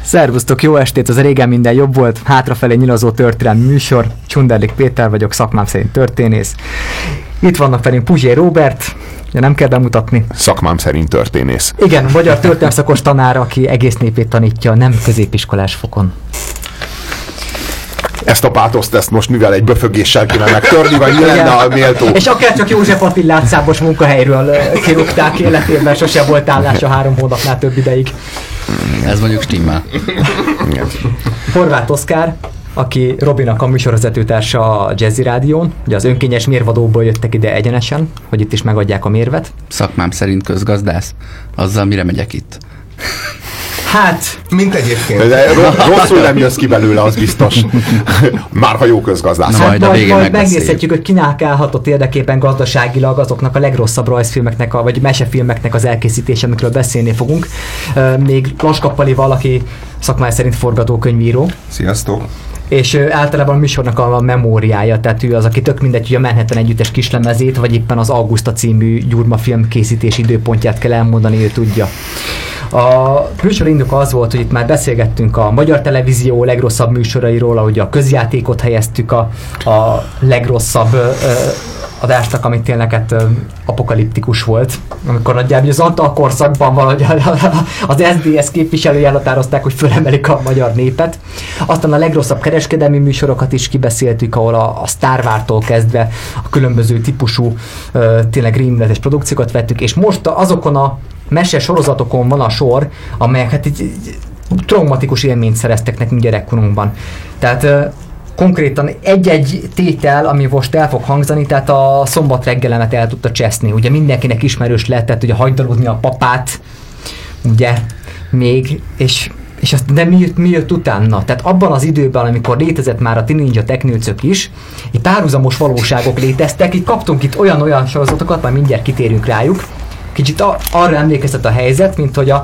Szervusztok, jó estét, az régen minden jobb volt, hátrafelé nyilazó történelmi műsor, Csunderlik Péter vagyok, szakmám szerint történész. Itt vannak velünk Puzsé Róbert, de nem kell bemutatni. Szakmám szerint történész. Igen, magyar történelmszakos tanár, aki egész népét tanítja, nem középiskolás fokon. Ezt a pátoszt, ezt most mivel egy böfögéssel kéne megtörni, vagy mi lenne a méltó? És akár csak József Attilát számos munkahelyről kirúgták életében, sose volt állása 3 hónapnál több ideig. Ez mondjuk stimmel. Horváth Oszkár, aki Robinak a műsorvezetőtársa a Jazzy Rádión, ugye az önkényes mérvadóból jöttek ide egyenesen, hogy itt is megadják a mérvet. Szakmám szerint közgazdász. Azzal mire megyek itt? Hát, mint egyébként. De rosszul nem jössz ki belőle, az biztos. Már ha jó közgazdász. Na, majd a végén megnézhetjük, hogy kinek állhatott érdekében gazdaságilag azoknak a legrosszabb rajzfilmeknek, vagy mesefilmeknek az elkészítése, amikről beszélni fogunk. Még Laskappali valaki szakmai szerint forgatókönyvíró. Sziasztok! És általában a műsornak a memóriája, tehát ő az, aki tök mindegy, hogy a Manhattan együttes kislemezét, vagy éppen az Augusta című Gyurma film készítési időpontját kell elmondani, ő tudja. A műsor indoka az volt, hogy itt már beszélgettünk a magyar televízió legrosszabb műsorairól, ahogy a közjátékot helyeztük a legrosszabb adásnak, amit tényleg apokaliptikus volt. Amikor nagyjából az Antal korszakban valahogy az SZDSZ képviselői elhatározták, hogy fölemelik a magyar népet. Aztán a legrosszabb kereskedelmi műsorokat is kibeszéltük, ahol a Star Wars-tól kezdve a különböző típusú tényleg rémületes produkciókat vettük, és most azokon a mese sorozatokon van a sor, amelyek hát így traumatikus élményt szereztek nekünk gyerekkorunkban. Tehát konkrétan egy-egy tétel, ami most el fog hangzani, tehát a Szombat reggelemet el tudta cseszni. Ugye mindenkinek ismerős lehetett, ugye hagydaludni a papát, ugye még, és azt, de mi jött utána? Tehát abban az időben, amikor létezett már a Teen Ninja Teknőcök is, itt párhuzamos valóságok léteztek, itt kaptunk itt olyan sorozatokat, majd mindjárt kitérünk rájuk. Kicsit arra emlékeztet a helyzet, mint hogy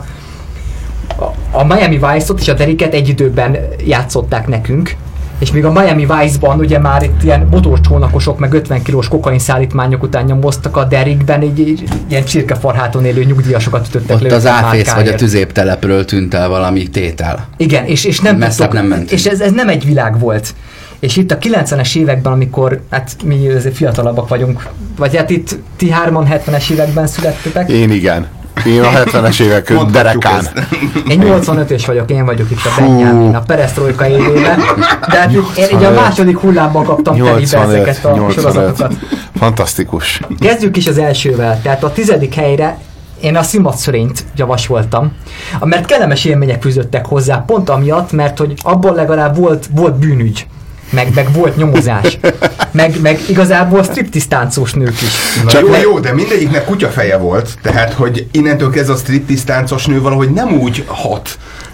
a Miami Vice-ot és a Derricket egy időben játszották nekünk, és még a Miami Vice-ban ugye már itt ilyen motorcsónakosok, meg 50 kilós kokain szállítmányok után nyomoztak, a Derrickben így ilyen csirkefarháton élő nyugdíjasokat ütöttek ott le. Ott az áfész vagy a tüzéptelepről tűnt el valami tétel. Igen, és nem tudtuk, és ez nem egy világ volt. És itt a 90-es években, amikor, hát mi azért fiatalabbak vagyunk, vagy hát itt ti 3-an 70-es években születtetek. Én igen. Én a 70-es évek derekán. Én 85-ös vagyok, én vagyok itt a Benjamin, a perestroika évében. De hát én így a második hullámban kaptam telibe ezeket a sorozatokat. Fantasztikus. Kezdjük is az elsővel. Tehát a 10. helyre én a Szimatszörényt javasoltam, mert kellemes élmények fűzöttek hozzá, pont amiatt, mert hogy abból legalább volt bűnügy. Meg volt nyomozás. Meg igazából striptease táncos nők is. Jó, de mindegyiknek kutyafeje volt, tehát hogy innentől kezdve a striptease táncos nő valahogy nem úgy hat,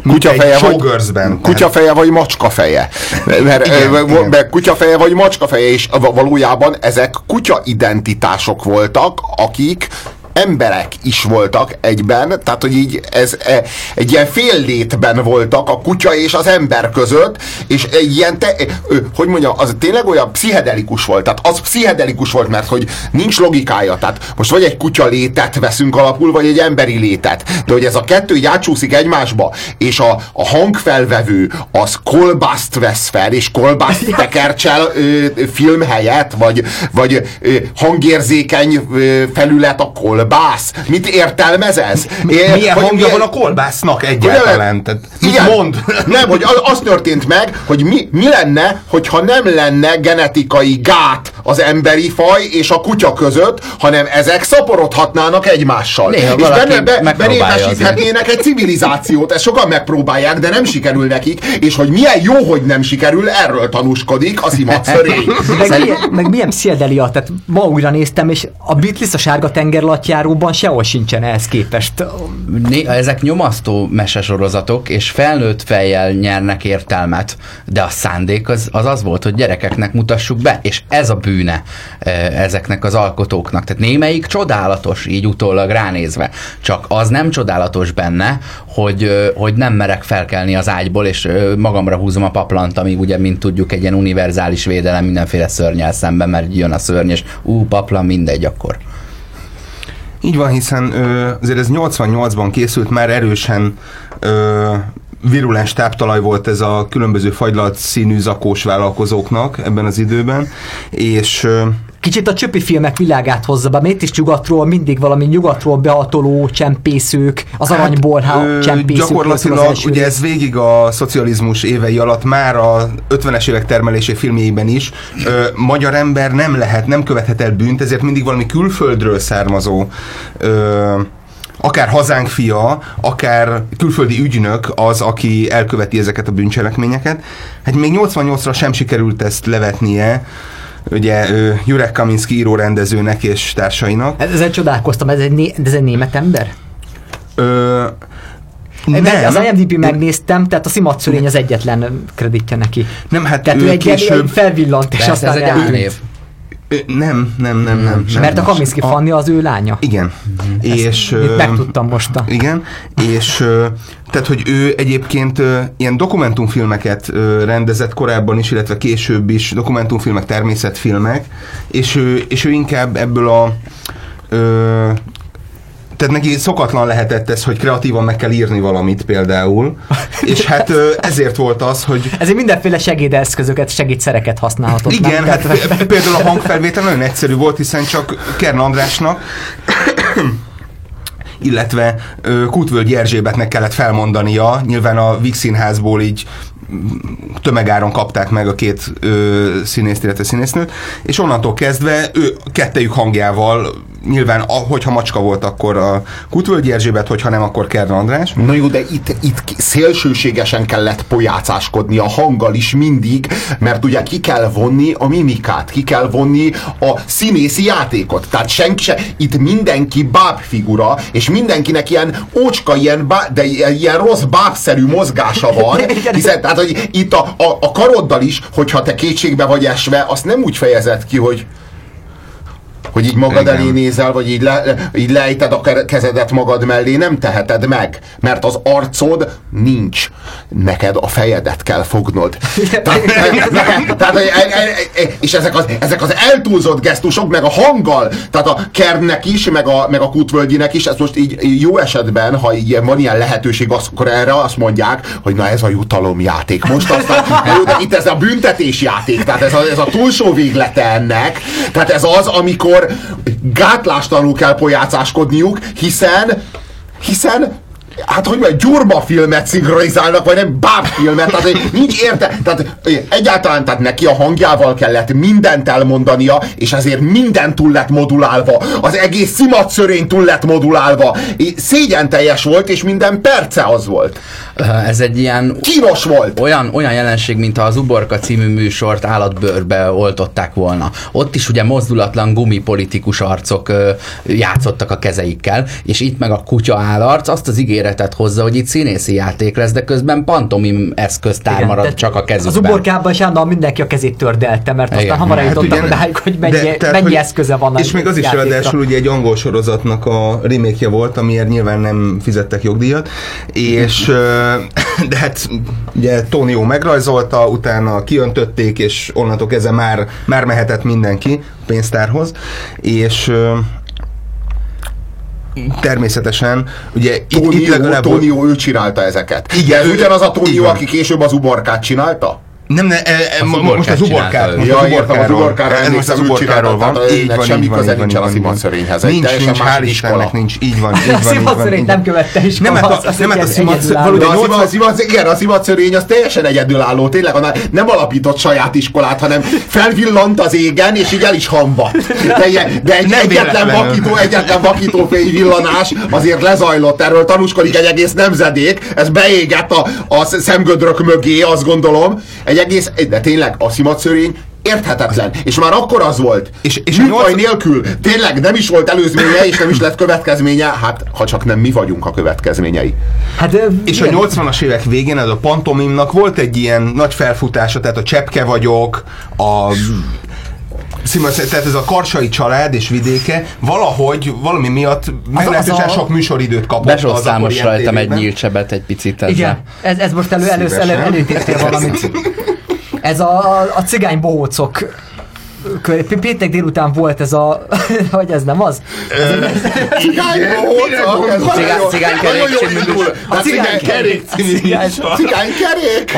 kutyafeje vagy macskafeje. Mert kutyafeje vagy macskafeje, és valójában ezek kutya-identitások voltak, akik emberek is voltak egyben, tehát hogy így egy ilyen fél létben voltak a kutya és az ember között, és egy ilyen, hogy mondjam, az tényleg olyan pszichedelikus volt, tehát az pszichedelikus volt, mert hogy nincs logikája, tehát most vagy egy kutya létet veszünk alapul, vagy egy emberi létet, de hogy ez a kettő így átsúszik egymásba, és a hangfelvevő az kolbászt vesz fel, és kolbászt tekercsel film helyett, vagy hangérzékeny felület a kolbász. Mit értelmez ez? Milyen hangja van a kolbásznak egyáltalán? Mit mond? Nem, hogy az történt meg, hogy mi lenne, hogyha nem lenne genetikai gát az emberi faj és a kutya között, hanem ezek szaporodhatnának egymással. Néha és benétesíthetnének egy civilizációt. Ezt sokan megpróbálják, de nem sikerül nekik, és hogy milyen jó, hogy nem sikerül, erről tanúskodik a Szimatszörény. Meg milyen pszichedelia, tehát ma újra néztem, és a Beatles a Sárga tengeralattjáróban sehol sincsen ehhez képest. Ezek nyomasztó mesesorozatok, és felnőtt fejjel nyernek értelmet, de a szándék az volt, hogy gyerekeknek mutassuk be, és ez a bűne ezeknek az alkotóknak. Tehát némelyik csodálatos, így utólag ránézve. Csak az nem csodálatos benne, hogy nem merek felkelni az ágyból, és magamra húzom a paplant, ami ugye, mint tudjuk, egy ilyen univerzális védelem mindenféle szörnyel szemben, mert jön a szörny, és paplan, mindegy akkor. Így van, hiszen azért ez 88-ban készült, már erősen virulens táptalaj volt ez a különböző fagylalt színű zakós vállalkozóknak ebben az időben, és kicsit a csöpi filmek világát hozza be, mert itt is nyugatról, mindig valami nyugatról behatoló csempészők, az aranyból csempészők. Gyakorlatilag ugye ez végig a szocializmus évei alatt, már a 50-es évek termelési filmjeiben is magyar ember nem követhet el bűnt, ezért mindig valami külföldről származó akár hazánk fia, akár külföldi ügynök az, aki elköveti ezeket a bűncselekményeket. Hát még 88-ra sem sikerült ezt levetnie, ugye Jurek Kaminski írórendezőnek és társainak. Ezen csodálkoztam, ez egy német ember? Nem. Az IMDb megnéztem, tehát a Szimat-Szörény az egyetlen kreditje neki. Nem, hát tehát ő egy később felvillant, és aztán ez egy álnév. Nem. Mert a Kaminski Fanni az ő lánya. Igen. És itt megtudtam most. Igen, és tehát, hogy ő egyébként ilyen dokumentumfilmeket rendezett korábban is, illetve később is, dokumentumfilmek, természetfilmek, és ő inkább ebből a tehát neki szokatlan lehetett ez, hogy kreatívan meg kell írni valamit például, és hát ezért volt az, hogy... Ezért mindenféle segédeszközöket, segédszereket használhatott. Igen, hát például a hangfelvétel nagyon egyszerű volt, hiszen csak Kern Andrásnak, illetve Kútvölgyi Erzsébetnek kellett felmondania, nyilván a Víg Színházból így tömegáron kapták meg a két színészt, illetve színésznőt, és onnantól kezdve kettejük hangjával, nyilván, hogyha macska volt, akkor a Kútvölgyi Erzsébet, hogyha nem, akkor Kern András. Na jó, de itt szélsőségesen kellett pojácáskodni a hanggal is mindig, mert ugye ki kell vonni a mimikát, ki kell vonni a színészi játékot. Tehát senki se, itt mindenki bábfigura, és mindenkinek ilyen ócska, de ilyen rossz bábszerű mozgása van, hiszen, tehát, hogy itt a karoddal is, hogyha te kétségbe vagy esve, azt nem úgy fejezed ki, hogy így magad elé nézel, vagy így lejted a kezedet magad mellé, nem teheted meg, mert az arcod nincs. Neked a fejedet kell fognod. És ezek az eltúlzott gesztusok, meg a hanggal, tehát a Kernnek is, meg a Kútvölgyinek is, ez most így jó esetben, ha van ilyen lehetőség, akkor erre azt mondják, hogy na ez a jutalomjáték. Most aztán, de itt ez a büntetésjáték, tehát ez a túlsó véglete ennek, tehát ez az, amikor gátlástalanul kell pojácáskodniuk, hiszen hát hogy mondjam, gyurmafilmet szinkronizálnak, vagy nem bábfilmet, tehát nincs érte, tehát egyáltalán tehát neki a hangjával kellett mindent elmondania, és ezért minden túl lett modulálva, az egész Szimat-Szörény túl lett modulálva, szégyenteljes volt, és minden perce az volt. Ez egy ilyen... kínos volt! Olyan jelenség, mint az Uborka című műsort állatbőrbe oltották volna. Ott is ugye mozdulatlan gumipolitikus arcok játszottak a kezeikkel, és itt meg a kutya állarc azt az ígéretet hozza, hogy itt színészi játék lesz, de közben pantomim eszköztár marad csak a kezükben. Az Uborkában is állandóan mindenki a kezét tördelte, mert aztán hamar eljutottak odáig, hogy mennyi eszköze van. És még az is ráadásul ugye egy angol sorozatnak a remake-je volt, amiért nyilván nem fizettek jogdíjat, és de hát ugye Tonio megrajzolta, utána kiöntötték, és onnantól kezdve már mehetett mindenki pénztárhoz, és természetesen, ugye itt legalább... Tonio, ő csinálta ezeket. Igen, ez ugyanaz a Tonio, aki később az Uborkát csinálta? Nem, most az Uborkát. Most az Uborkáról van. Semmi köze nincsen a Szimat-Szörényhez. Nincs, hál' Istennek nincs. Így van. A Szimat-Szörény nem követte iskola. Nem, a Szimat-Szörény az teljesen egyedülálló. Tényleg nem alapított saját iskolát, hanem felvillant az égen, és így el is hamvadt. De egy egyetlen vakító villanás azért lezajlott. Erről tanúskodik egy egész nemzedék. Ez beégett a szemgödrök mögé, azt gondolom. De tényleg a Szimat-Szörény érthetetlen. És már akkor az volt. És műfaj nélkül tényleg nem is volt előzménye, és nem is lett következménye, hát ha csak nem mi vagyunk a következményei. És a 80-as évek végén ez a pantomimnak volt egy ilyen nagy felfutása, tehát a Csepke vagyok, tehát ez a Karsai család és vidéke valami miatt meglehetősen sok műsoridőt kapott. Besorszámos rajtam egy nyílcsebet egy picit ezzel. Igen, ez most előtértél valamit. Ez a cigány bohócok péntek délután volt ez a... vagy ez nem az? Cigánykerék című műsor. A cigánykerék című műsor. Cigánykerék?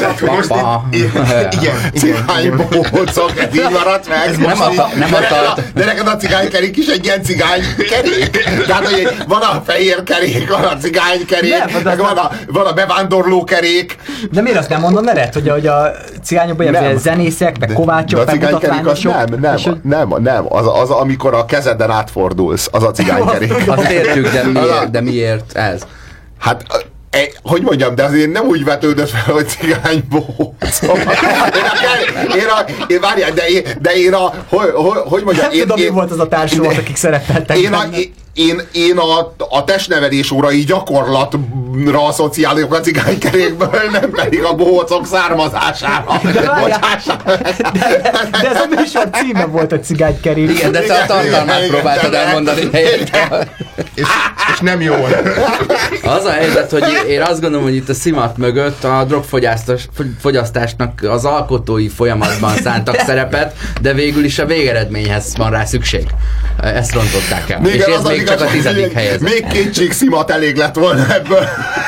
Igen. Cigánybócok, ez így maradt meg. Nem adta. De neked a cigánykerék is egy ilyen cigánykerék? Tehát, hogy van a fehér kerék, van a cigánykerék, meg van a bevándorlókerék. De miért azt nem mondom, ne lehet, hogy a cigányokban zenészek, meg kovácsok, meg mutatványosok. Nem. Az, amikor a kezeden átfordulsz, az a cigánykerék. Azt értjük, de miért ez? Hát, hogy mondjam, de azért nem úgy vetődött fel, hogy cigánybóc. Hogy mondjam, nem tudom, mi volt az a társulat, akik szerepeltek. Én a testnevelés órai gyakorlatra asszociálok a cigánykerékből, nem pedig a bohócok származására. De ez a műsor címe volt a cigánykerék. Igen, de te a tartalmát próbáltad elmondani helyette. És nem jól. Az a helyzet, hogy én azt gondolom, hogy itt a szimat mögött a drogfogyasztásnak az alkotói folyamatban szántak szerepet, de végül is a végeredményhez van rá szükség. Ezt rontották el. És ez még csak a 10. helyezett. Még 2 szimat elég lett volna ebből.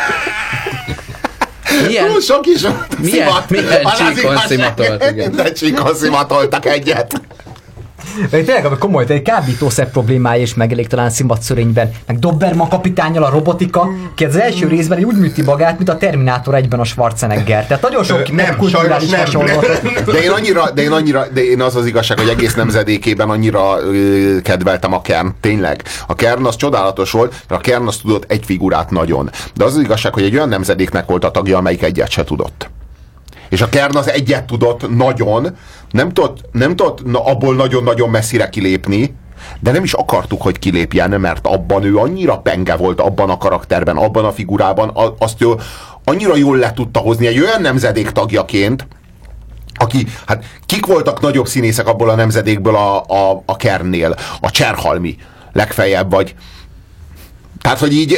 Sok is milyen csíkon szimatolt? Minden csíkon szimatoltak egyet. Tényleg, komoly, egy kábítószer problémája is megelék talán Szimatszörényben. Meg Doberman kapitánnyal a robotika, ki az első részben úgy műti magát, mint a Terminátor 1-ben a Schwarzenegger. Tehát nagyon sok kulturális hasonlatot. De én az igazság, hogy egész nemzedékében annyira kedveltem a Kern. Tényleg. A Kern az csodálatos volt, mert a Kern az tudott egy figurát nagyon. De az igazság, hogy egy olyan nemzedéknek volt a tagja, amelyik egyet se tudott. És a Kern az egyet tudott nagyon, nem tudott abból nagyon-nagyon messzire kilépni, de nem is akartuk, hogy kilépjen, mert abban ő annyira penge volt, abban a karakterben, abban a figurában, azt ő annyira jól le tudta hozni egy olyan nemzedék tagjaként, aki, hát kik voltak nagyobb színészek abból a nemzedékből a Kernnél? A Cserhalmi legfeljebb, vagy... Tehát, hogy így...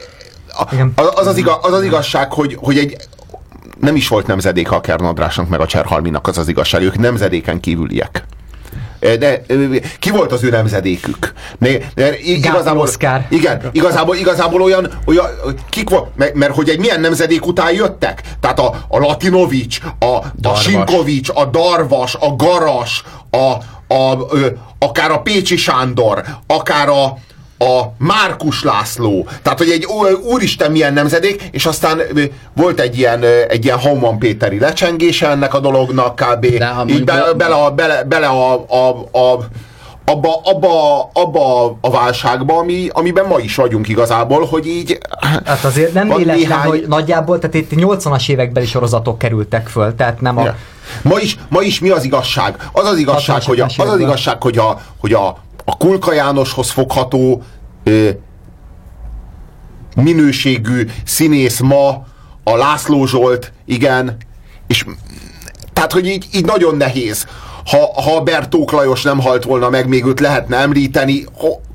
Az az igazság, hogy egy... Nem is volt nemzedéke a Kern Andrásnak meg a Cserhalminak, az igazság. Ők nemzedéken kívüliek. De ki volt az ő nemzedékük? Igazából olyan kik volt, mert hogy egy milyen nemzedék után jöttek? Tehát a Latinovics, a Sinkovics, a Darvas, a Garas, akár a Pécsi Sándor, akár a Márkus László. Tehát, hogy egy úristen milyen nemzedék, és aztán volt egy ilyen Hauman Péteri lecsengése ennek a dolognak kb. Így bele abba a válságba, amiben ma is vagyunk igazából, hogy így... Hát azért nem véletlen, hogy nagyjából, tehát itt 80-as évekbeli sorozatok kerültek föl, tehát nem a... Ma is mi az igazság? Az az igazság, hogy a Kulka Jánoshoz fogható minőségű színész ma, a László Zsolt, igen, és tehát, hogy így nagyon nehéz. Ha Bertók Lajos nem halt volna meg, még őt lehetne említeni,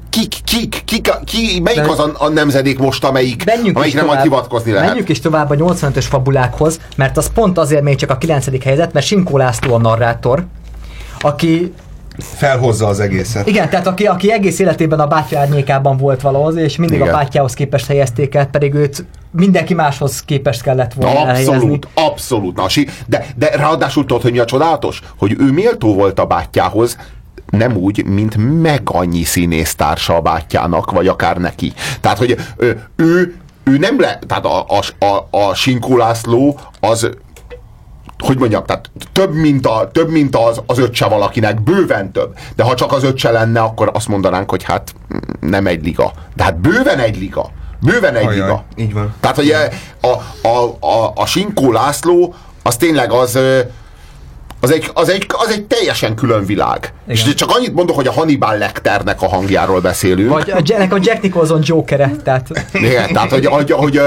melyik az a nemzedék most, amelyikre majd hivatkozni lehet? Menjünk is tovább a 85-ös fabulákhoz, mert az pont azért még csak a 9. helyzet, mert Sinkó László a narrátor, aki felhozza az egészet. Igen, tehát aki egész életében a bátyja árnyékában volt valahoz, és mindig igen. A bátyjához képest helyezték el, pedig őt mindenki máshoz képest kellett volna elhelyezni. Abszolút. De ráadásul tudod, hogy mi a csodálatos? Hogy ő méltó volt a bátyjához, nem úgy, mint meg annyi színésztársa a bátyjának, vagy akár neki. Tehát, hogy ő nem tehát a Sinkó László az, hogy mondjam, tehát több, mint az öccse valakinek, bőven több. De ha csak az öccse lenne, akkor azt mondanánk, hogy hát nem egy liga. De hát bőven egy liga. Liga. Így van. Tehát, hogy a Sinkó László, az tényleg az egy teljesen külön világ. Igen. És csak annyit mondok, hogy a Hannibal Lecternek a hangjáról beszélünk. Vagy a Jack Nicholson Jokere. Igen, tehát, hogy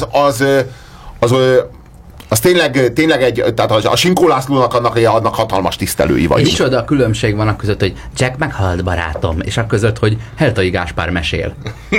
az tényleg tehát a Sinkó Lászlónak annak hatalmas tisztelői vagyunk. És micsoda a különbség van a között, hogy Jack meghalt barátom, és a között, hogy Heltai Gáspár mesél.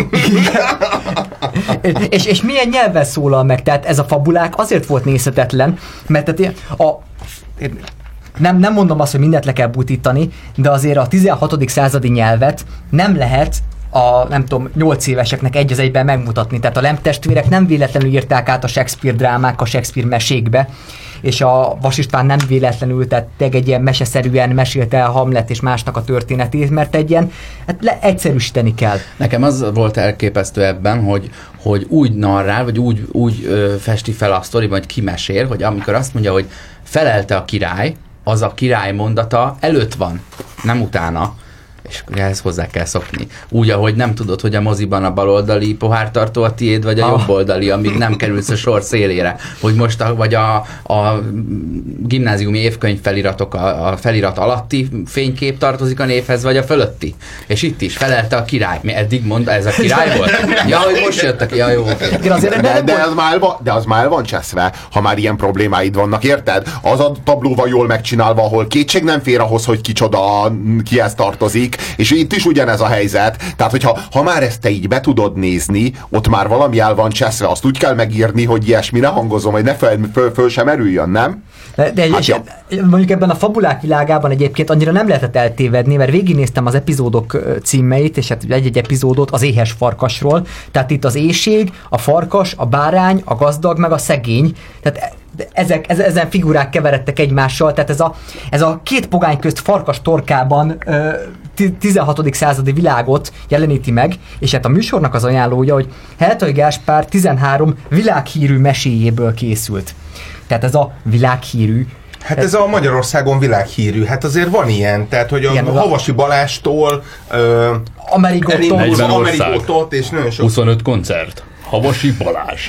és milyen nyelven szólal meg? Tehát ez a fabulák azért volt nézhetetlen, mert tehát nem mondom azt, hogy mindent le kell butítani, de azért a 16. századi nyelvet nem lehet a, nem tudom, 8 éveseknek egy az egyben megmutatni. Tehát a Lemp testvérek nem véletlenül írták át a Shakespeare drámák a Shakespeare mesékbe, és a Vas István nem véletlenül, tehát egy ilyen meseszerűen mesélte el Hamlet és másnak a történetét, mert egy ilyen, egyszerűsíteni kell. Nekem az volt elképesztő ebben, hogy úgy narrál, vagy úgy festi fel a sztoriban, hogy kimesél, hogy amikor azt mondja, hogy felelte a király, az a király mondata előtt van, nem utána. És ehhez hozzá kell szokni. Úgy, ahogy nem tudod, hogy a moziban a baloldali pohártartó a tiéd, vagy a jobboldali, amíg nem kerülsz a sor szélére. Hogy most vagy a gimnáziumi évkönyv feliratok, a felirat alatti fénykép tartozik a névhez, vagy a fölötti. És itt is felelte a király. Mi eddig mondta, ez a király volt? Ja, hogy most jöttek. Ja, jó. De az már el van cseszve, ha már ilyen problémáid vannak, érted? Az a tabló van jól megcsinálva, ahol kétség nem fér ahhoz, hogy kicsoda, kihez tartozik. És itt is ugyanez a helyzet. Tehát, hogyha már ezt te így be tudod nézni, ott már valami el van cseszve. Azt úgy kell megírni, hogy ilyesmi ne hangozom, vagy ne föl sem erüljön, nem? De mondjuk ebben a fabulák világában egyébként annyira nem lehetett eltévedni, mert végignéztem az epizódok címeit, és hát egy-egy epizódot az éhes farkasról. Tehát itt az éhség, a farkas, a bárány, a gazdag, meg a szegény. Tehát ezen figurák keveredtek egymással, tehát ez a két pogány közt farkas torkában 16. századi világot jeleníti meg, és hát a műsornak az ajánlója, hogy Heltai Gáspár 13 világhírű meséjéből készült. Tehát ez a világhírű. Hát ez a Magyarországon világhírű, hát azért van ilyen, tehát hogy a Havasi Balástól Amerigótot és nagyon sok... 25 koncert. Havasi Balázs.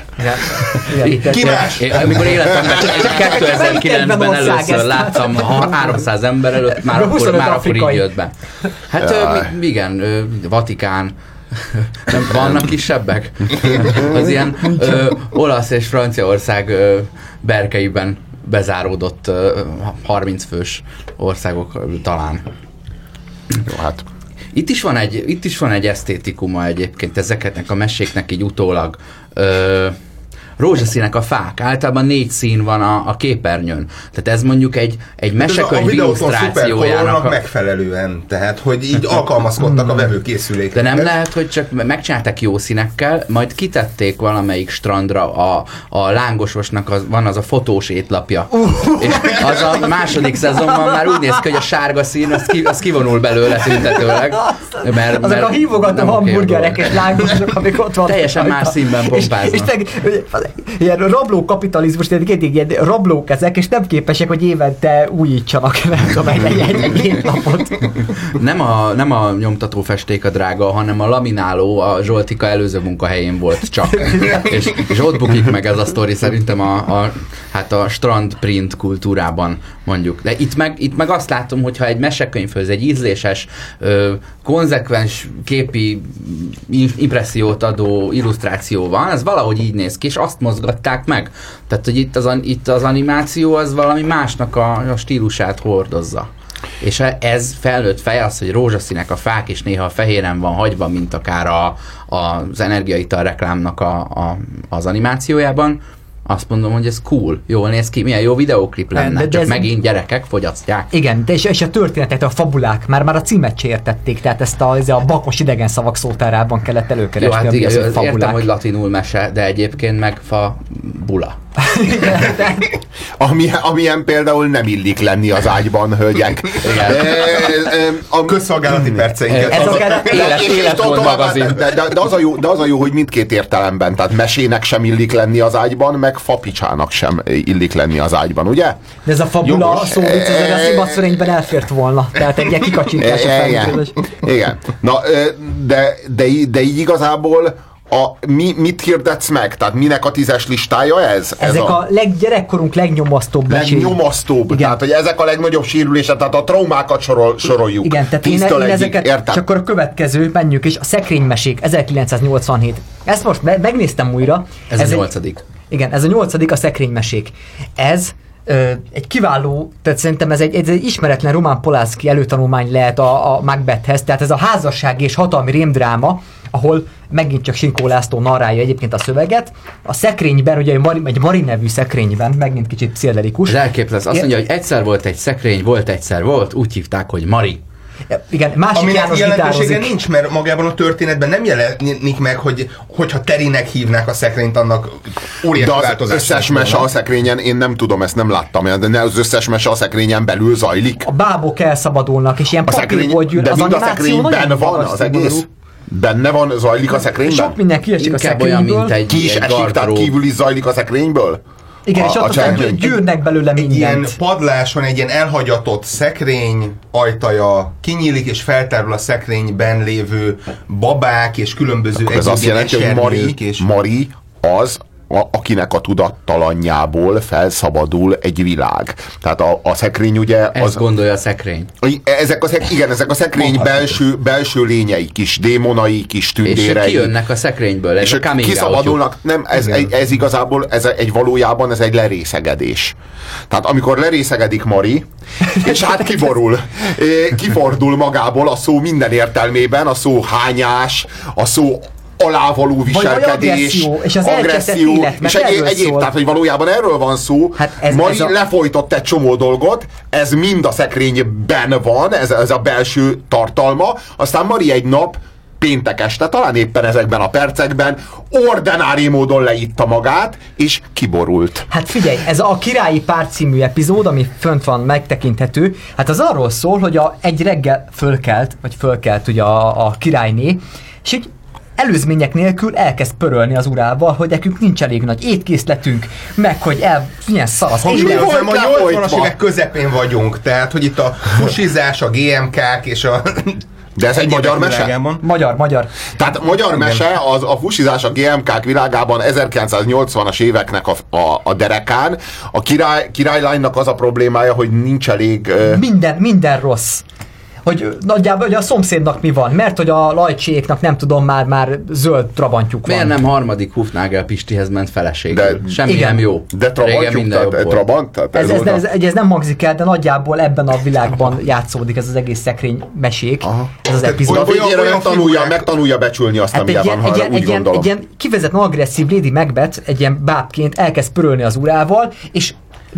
Ki más? Amikor életemben 2009-ben először láttam 300 ember előtt, már akkor így jött be. Hát igen, Vatikán. Nem, vannak kisebbek? Az ilyen olasz és Franciaország berkeiben bezáródott 30 fős országok talán. Jó, hát... Itt is van egy esztétikuma egyébként ezeknek a meséknek így utólag. Rózsaszínek a fák. Általában 4 szín van a képernyőn. Tehát ez mondjuk egy mesekönyv illusztrációjának. Megfelelően. Tehát, hogy így alkalmazkodtak a vevőkészülékre. De nem lehet, hogy csak megcsinálták jó színekkel, majd kitették valamelyik strandra a lángososnak van az a fotós étlapja. És az a második szezonban már úgy néz ki, hogy a sárga szín az kivonul belőle tüntetőleg. Azok a hívogató hamburgerek és lángosok, amik ott van. Teljesen más színben pompáznak. Ilyen rabló kapitalizmus, ilyen rablók ezek, és nem képesek, hogy évente újítsanak, nem tudom, egy napot. Nem a nyomtatófesték a drága, hanem a lamináló a Zsoltika előző munkahelyén volt csak. és ott bukik meg ez a sztori szerintem a strand print kultúrában mondjuk. De itt meg azt látom, hogyha egy mesekönyvhöz egy ízléses, konzekvens képi impressziót adó illusztráció van, ez valahogy így néz ki, és azt mozgatták meg. Tehát, hogy itt az animáció az valami másnak a stílusát hordozza. És ez felnőtt fej az, hogy rózsaszínek a fák, és néha fehéren van hagyva, mint akár az energiaital reklámnak az animációjában, azt mondom, hogy ez cool, jól néz ki, milyen jó videóklip lenne, csak megint gyerekek fogyasztják. Igen, és a történetek, a fabulák, már a címet se értették, tehát ezt a bakos idegen szavak szótárában kellett előkeresni. Jó, hát igen, értem, hogy latinul mese, de egyébként meg fabula. Amilyen például nem illik lenni az ágyban, hölgyek. A közszolgálati perceinket. De az a jó, hogy mindkét értelemben, tehát mesének sem illik lenni az ágyban, meg fapicsának sem illik lenni az ágyban, ugye? De ez a fabula szó vicc, ez a szimatszörényben elfért volna. Tehát egy ilyen kikacsintás a felmérés. Igen. Na, de így igazából mit hirdetsz meg? Tehát minek a 10-es listája ez? Ezek a gyerekkorunk legnyomasztóbb mesék. Legnyomasztóbb. Igen. Tehát, hogy ezek a legnagyobb sérülések, tehát a traumákat soroljuk. Igen, tehát én ezeket, értem. Csak akkor a következő, menjünk is, a szekrénymesék, 1987. Ezt most megnéztem újra. Ez a 8. Igen, ez a 8. a szekrénymesék. Ez egy kiváló, tehát szerintem ez egy ismeretlen Roman Polanski előtanulmány lehet a Macbethhez, tehát ez a házasság és hatalmi rémdráma, ahol megint csak Sinkó László narrálja egyébként a szöveget. A szekrényben, ugye egy Mari nevű szekrényben, megint kicsit pszichedelikus. Ez elképzelhető. Azt mondja, hogy egyszer volt egy szekrény, egyszer volt, úgy hívták, hogy Mari. Igen, másik aminek János jelentősége gitározik. nincs, mert magában a történetben nem jelenik meg, hogyha Terinek hívnák a szekrényt, annak óriási De az változás. összes mese a szekrényen, én nem tudom, ezt nem láttam, de az összes mese a szekrényen belül zajlik. A bábok elszabadulnak, és ilyen A szekrény, papírból gyűl. de Az mind a animáció szekrényben nagyon van magas az színvonalú. egész. Benne van, zajlik a szekrényben? Sok minden kiesik a Inkább olyan, szekrényből. mint egy Ki is esik, tehát gardrób. kívül is zajlik a szekrényből? Igen, és ott aztán cselekmény? gyűrnek belőle Egy ilyen mindent. padláson egy ilyen elhagyatott szekrény ajtaja kinyílik, és feltárul a szekrényben lévő babák és különböző Ez azt jelenti, hogy és... Mari az, akinek a tudattalanjából felszabadul egy világ. Tehát a szekrény ugye... Ezt gondolja a szekrény. Ezek a szekrény belső lényei, kis démonai, kis És tündérei. kijönnek a szekrényből, ez És a coming out-juk. kiszabadulnak, nem, ez igazából, valójában ez egy lerészegedés. Tehát amikor lerészegedik Mari, és hát kiborul, kifordul magából a szó minden értelmében, a szó hányás, a szó alávaló viselkedés, agresszió, és az elcseszett élet, mert és erről szól. tehát, hogy valójában erről van szó, Hát Mari lefolytott egy csomó dolgot, ez mind a szekrényben van, ez a belső tartalma, aztán Mari egy nap péntek este, talán éppen ezekben a percekben ordinári módon leitta magát, és kiborult. Hát figyelj, ez a Királyi Pár című epizód, ami fönt van megtekinthető, hát az arról szól, hogy egy reggel fölkelt ugye a királyné, és így előzmények nélkül elkezd pörölni az urával, hogy nekünk nincs elég nagy étkészletünk, meg hogy milyen szar az élet. Hangsúlyozom, a lefolytva? 80-as évek közepén vagyunk, tehát, hogy itt a fusizás, a GMK-k és a... De ez egy magyar mese? Magyar. Tehát magyar mese, az a fusizás a GMK-k világában 1980-as éveknek a derekán. A királylánynak az a problémája, hogy nincs elég... Minden rossz. Hogy nagyjából hogy a szomszédnak mi van, mert hogy a Lajcséknak nem tudom, már zöld trabantjuk van. Miért nem harmadik Hufnagel Pistihez ment feleségül? Semmi igen. nem jó. De trabantjuk, tehát trabant? Ez nem hangzik el, de nagyjából ebben a világban játszódik ez az egész szekrény mesék, ez az epizód. A végére megtanulja becsülni azt, amire van, ha úgy gondolom. Egy ilyen kifejezetten agresszív Lady Macbeth egy ilyen bábként elkezd pörölni az urával, és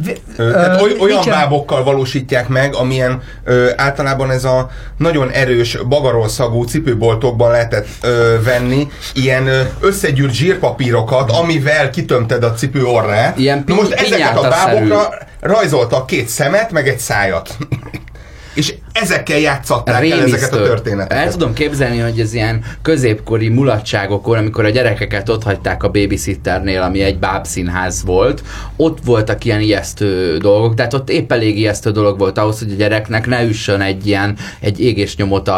olyan bábokkal valósítják meg, amilyen általában ez a nagyon erős bagarolszagú cipőboltokban lehetett venni, ilyen összegyűrt zsírpapírokat, amivel kitömted a cipő orrát. Ilyen most ezeket a bábokra rajzoltak 2 szemet, meg egy szájat. És ezekkel játszották el ezeket a történeteket. El tudom képzelni, hogy ez ilyen középkori mulatságokon, amikor a gyerekeket otthagyták a babysitternél, ami egy bábszínház volt, ott voltak ilyen ijesztő dolgok, tehát ott épp elég ijesztő dolog volt ahhoz, hogy a gyereknek ne üssön egy égésnyomot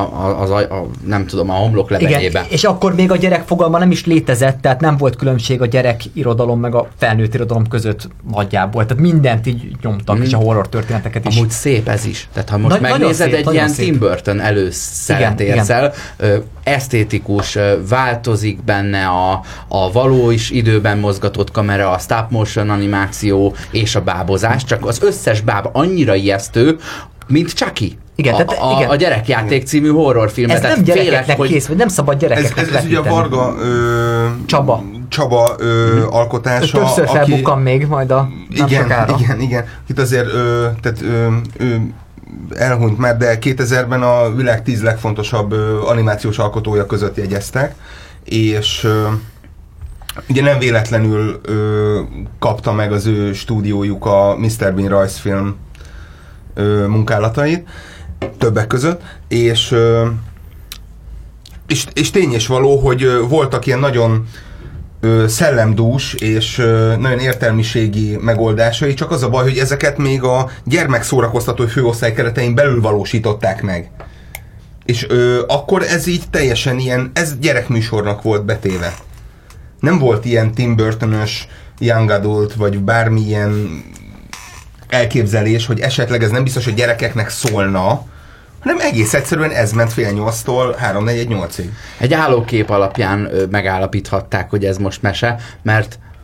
nem tudom, a homlok lebelébe. Igen, és akkor még a gyerek fogalma nem is létezett, tehát nem volt különbség a gyerek irodalom meg a felnőtt irodalom között nagyjából. Tehát mindent így nyomtak, és a horror történeteket is. Amúgy szép ez is. Tehát ha most megnézed, egy ilyen Tim Burton előszeret érsz el, esztétikus, változik benne a való is időben mozgatott kamera, a stop motion animáció és a bábozás, csak az összes báb annyira ijesztő, mint Chucky. Igen, a Gyerekjáték című horrorfilm. Ez nem gyerekeknek készül, nem szabad gyerekeknek ez ugye a Varga Csaba alkotása. Többször felbukkan még majd a napsokára. Igen. Itt azért elhunyt már, de 2000-ben a világ 10 legfontosabb animációs alkotója között jegyeztek, és ugye nem véletlenül kapta meg az ő stúdiójuk a Mr. Bean rajzfilm munkálatait, többek között, és tény és való, hogy voltak ilyen nagyon szellemdús és nagyon értelmiségi megoldásai, csak az a baj, hogy ezeket még a gyermekszórakoztató főosztály keretein belül valósították meg. És akkor ez így teljesen ilyen, ez gyerekműsornak volt betéve. Nem volt ilyen Tim Burton-ös young adult, vagy bármilyen elképzelés, hogy esetleg ez nem biztos, hogy gyerekeknek szólna, hanem egész egyszerűen ez ment 7:30-tól 3-4-8-ig. Egy állókép alapján megállapíthatták, hogy ez most mese, mert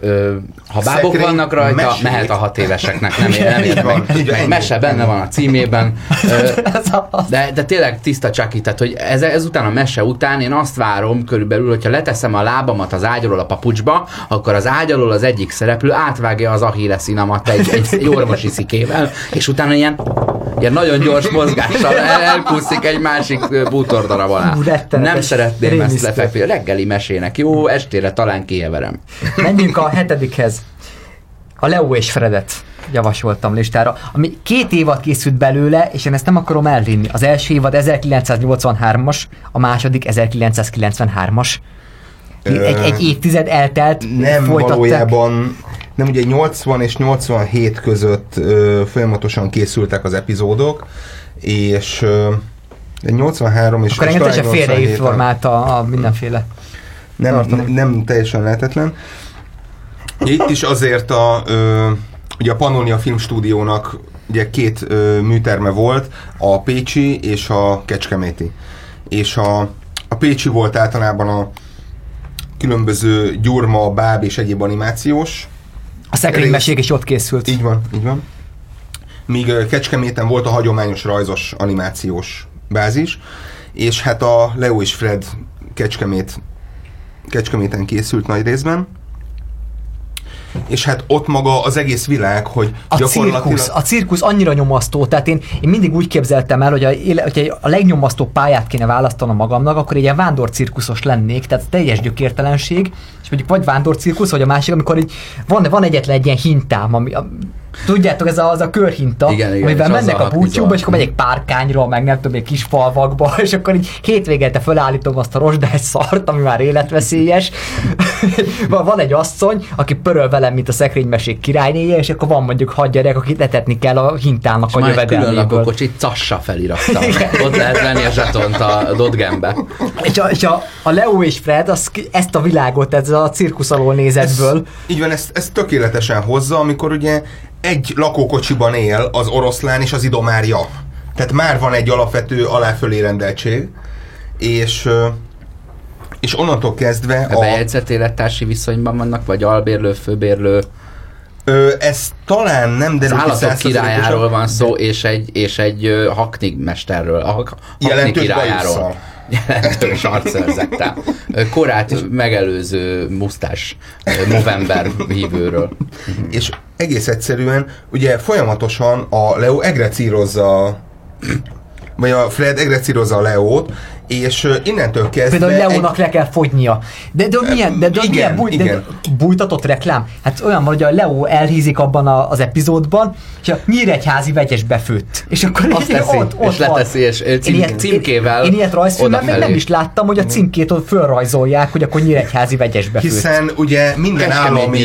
ha bábok vannak rajta, mehet a 6 éveseknek, nem érdemek. Meg mese benne van a címében. De tényleg tiszta Chucky, tehát hogy ezután a mese után én azt várom körülbelül, hogyha leteszem a lábamat az ágy alól a papucsba, akkor az ágy alól az egyik szereplő átvágja az Achilleszinamat egy orvosi szikével, és utána ilyen nagyon gyors mozgással elkúszik egy másik bútordarab alá. Nem szeretném ezt lefekvni. Reggeli mesének jó, estére talán kiheverem. Menjünk a 7-hez. A Leo és Fredet javasoltam listára, ami 2 évad készült belőle, és én ezt nem akarom elvinni. Az első évad 1983-as, a második 1993-as. Egy évtized eltelt, nem folytatták. Valójában nem, ugye 80 és 87 között folyamatosan készültek az epizódok, és 83 és akkor engem teljesen félreinformálta a mindenféle. Nem teljesen lehetetlen. Itt is azért ugye a Pannonia Filmstúdiónak ugye 2 műterme volt, a pécsi és a kecskeméti. És a pécsi volt általában a különböző Gyurma, Báb és egyéb animációs. A szekrénymesék is ott készült. Így van, így van. Míg Kecskeméten volt a hagyományos rajzos animációs bázis, és hát a Leo és Fred Kecskeméten készült nagy részben. És hát ott maga az egész világ, hogy gyakorlatilag... A cirkusz annyira nyomasztó, tehát én mindig úgy képzeltem el, hogy a legnyomasztóbb pályát kéne választanom magamnak, akkor egy ilyen vándorcirkuszos lennék, tehát teljes gyökértelenség, és mondjuk vagy vándorcirkusz, vagy a másik, amikor így van egyetlen egy ilyen hintám, ami tudjátok, ez az a körhinta, igen, amiben mennek a búcsúba, és akkor megyek Párkányra, meg nem tudom, egy kis falvakba, és akkor így hétvégente fölállítom azt a rozsdás szart, ami már életveszélyes. Van egy asszony, aki pöröl velem, mint a szekrénymesék királynéje, és akkor van mondjuk 6 gyerek, akit etetni kell a hintának és a jövedelméből. És már egy külön lakókocsit Cassa felirattam. Ott lehet venni a zsetont a Dotgembe. És a Leo és Fred ezt a világot, ez a cirkusz alól nézetből. Így van, ezt tökéletesen hozza, amikor ugye egy lakókocsiban él az oroszlán és az idomárja. Tehát már van egy alapvető aláfölé rendeltség, és onnantól kezdve... Bejegyzett élettársi viszonyban vannak, vagy albérlő, főbérlő? Ez talán nem derül ki 100%-osan. Állatok királyáról van szó, és egy hakni mesterről. Hakni királyáról. Jelentős arcőrzettel. Korát megelőző musztás Movember hívőről. És egész egyszerűen, ugye folyamatosan a Leo egrecírozza, vagy a Fred egrecírozza a Leót, és innentől kezdve... Például Leónak le kell fogynia. De milyen bújtatott reklám? Hát olyan van, hogy a Leo elhízik abban az epizódban, és a nyíregyházi vegyes befőtt. És akkor azt teszi, ott és leteszi, és címkével én ilyet rajzfilmben még nem is láttam, hogy a címkét ott fölrajzolják, hogy akkor nyíregyházi vegyes befőtt. Hiszen ugye minden állami,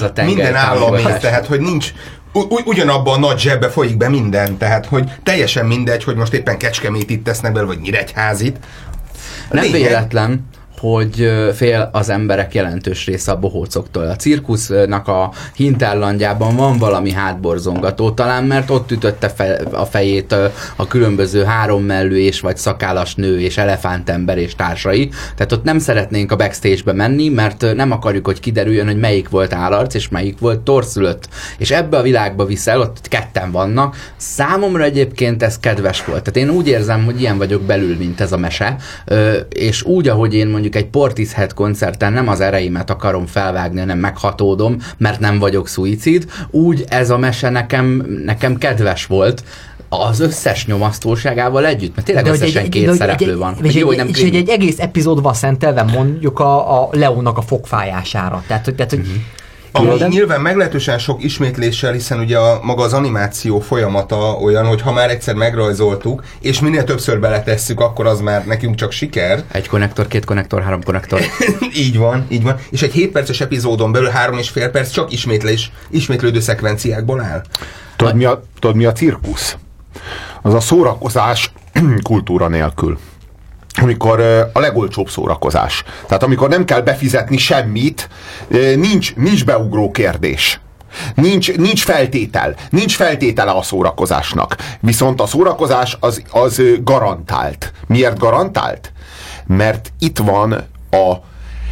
tehát hogy nincs ugyanabban a nagy zsebbe folyik be minden, tehát hogy teljesen mindegy, hogy most éppen Kecskemétit tesznek bele, vagy Nyíregyházit. Nem véletlen, hogy fél az emberek jelentős része a bohócoktól. A cirkusznak a hinterlandjában van valami hátborzongató, talán mert ott ütötte a fejét a különböző hárommellű és vagy szakállas nő és elefántember és társai. Tehát ott nem szeretnénk a backstage-be menni, mert nem akarjuk, hogy kiderüljön, hogy melyik volt állarc és melyik volt torszülött. És ebbe a világba viszel, ott ketten vannak. Számomra egyébként ez kedves volt. Tehát én úgy érzem, hogy ilyen vagyok belül, mint ez a mese, és úgy, ahogy én mondjuk egy Portishead koncerten nem az ereimet akarom felvágni, hanem meghatódom, mert nem vagyok szuicid, úgy ez a mese nekem kedves volt, az összes nyomasztóságával együtt, mert tényleg összesen 2 szereplő van. És egy egész epizód van szentelve mondjuk a Leónak a fogfájására. Tehát hogy ami nyilván meglehetősen sok ismétléssel, hiszen ugye maga az animáció folyamata olyan, hogy ha már egyszer megrajzoltuk, és minél többször beletesszük, akkor az már nekünk csak siker. 1 konnektor, 2 konnektor, 3 konnektor. Így van. És egy 7 perces epizódon belül 3,5 perc csak ismétlődő szekvenciákból áll. Tudod mi a cirkusz? Az a szórakozás kultúra nélkül. Amikor a legolcsóbb szórakozás. Tehát amikor nem kell befizetni semmit, nincs beugró kérdés. Nincs feltétel. Nincs feltétele a szórakozásnak. Viszont a szórakozás az garantált. Miért garantált? Mert itt van a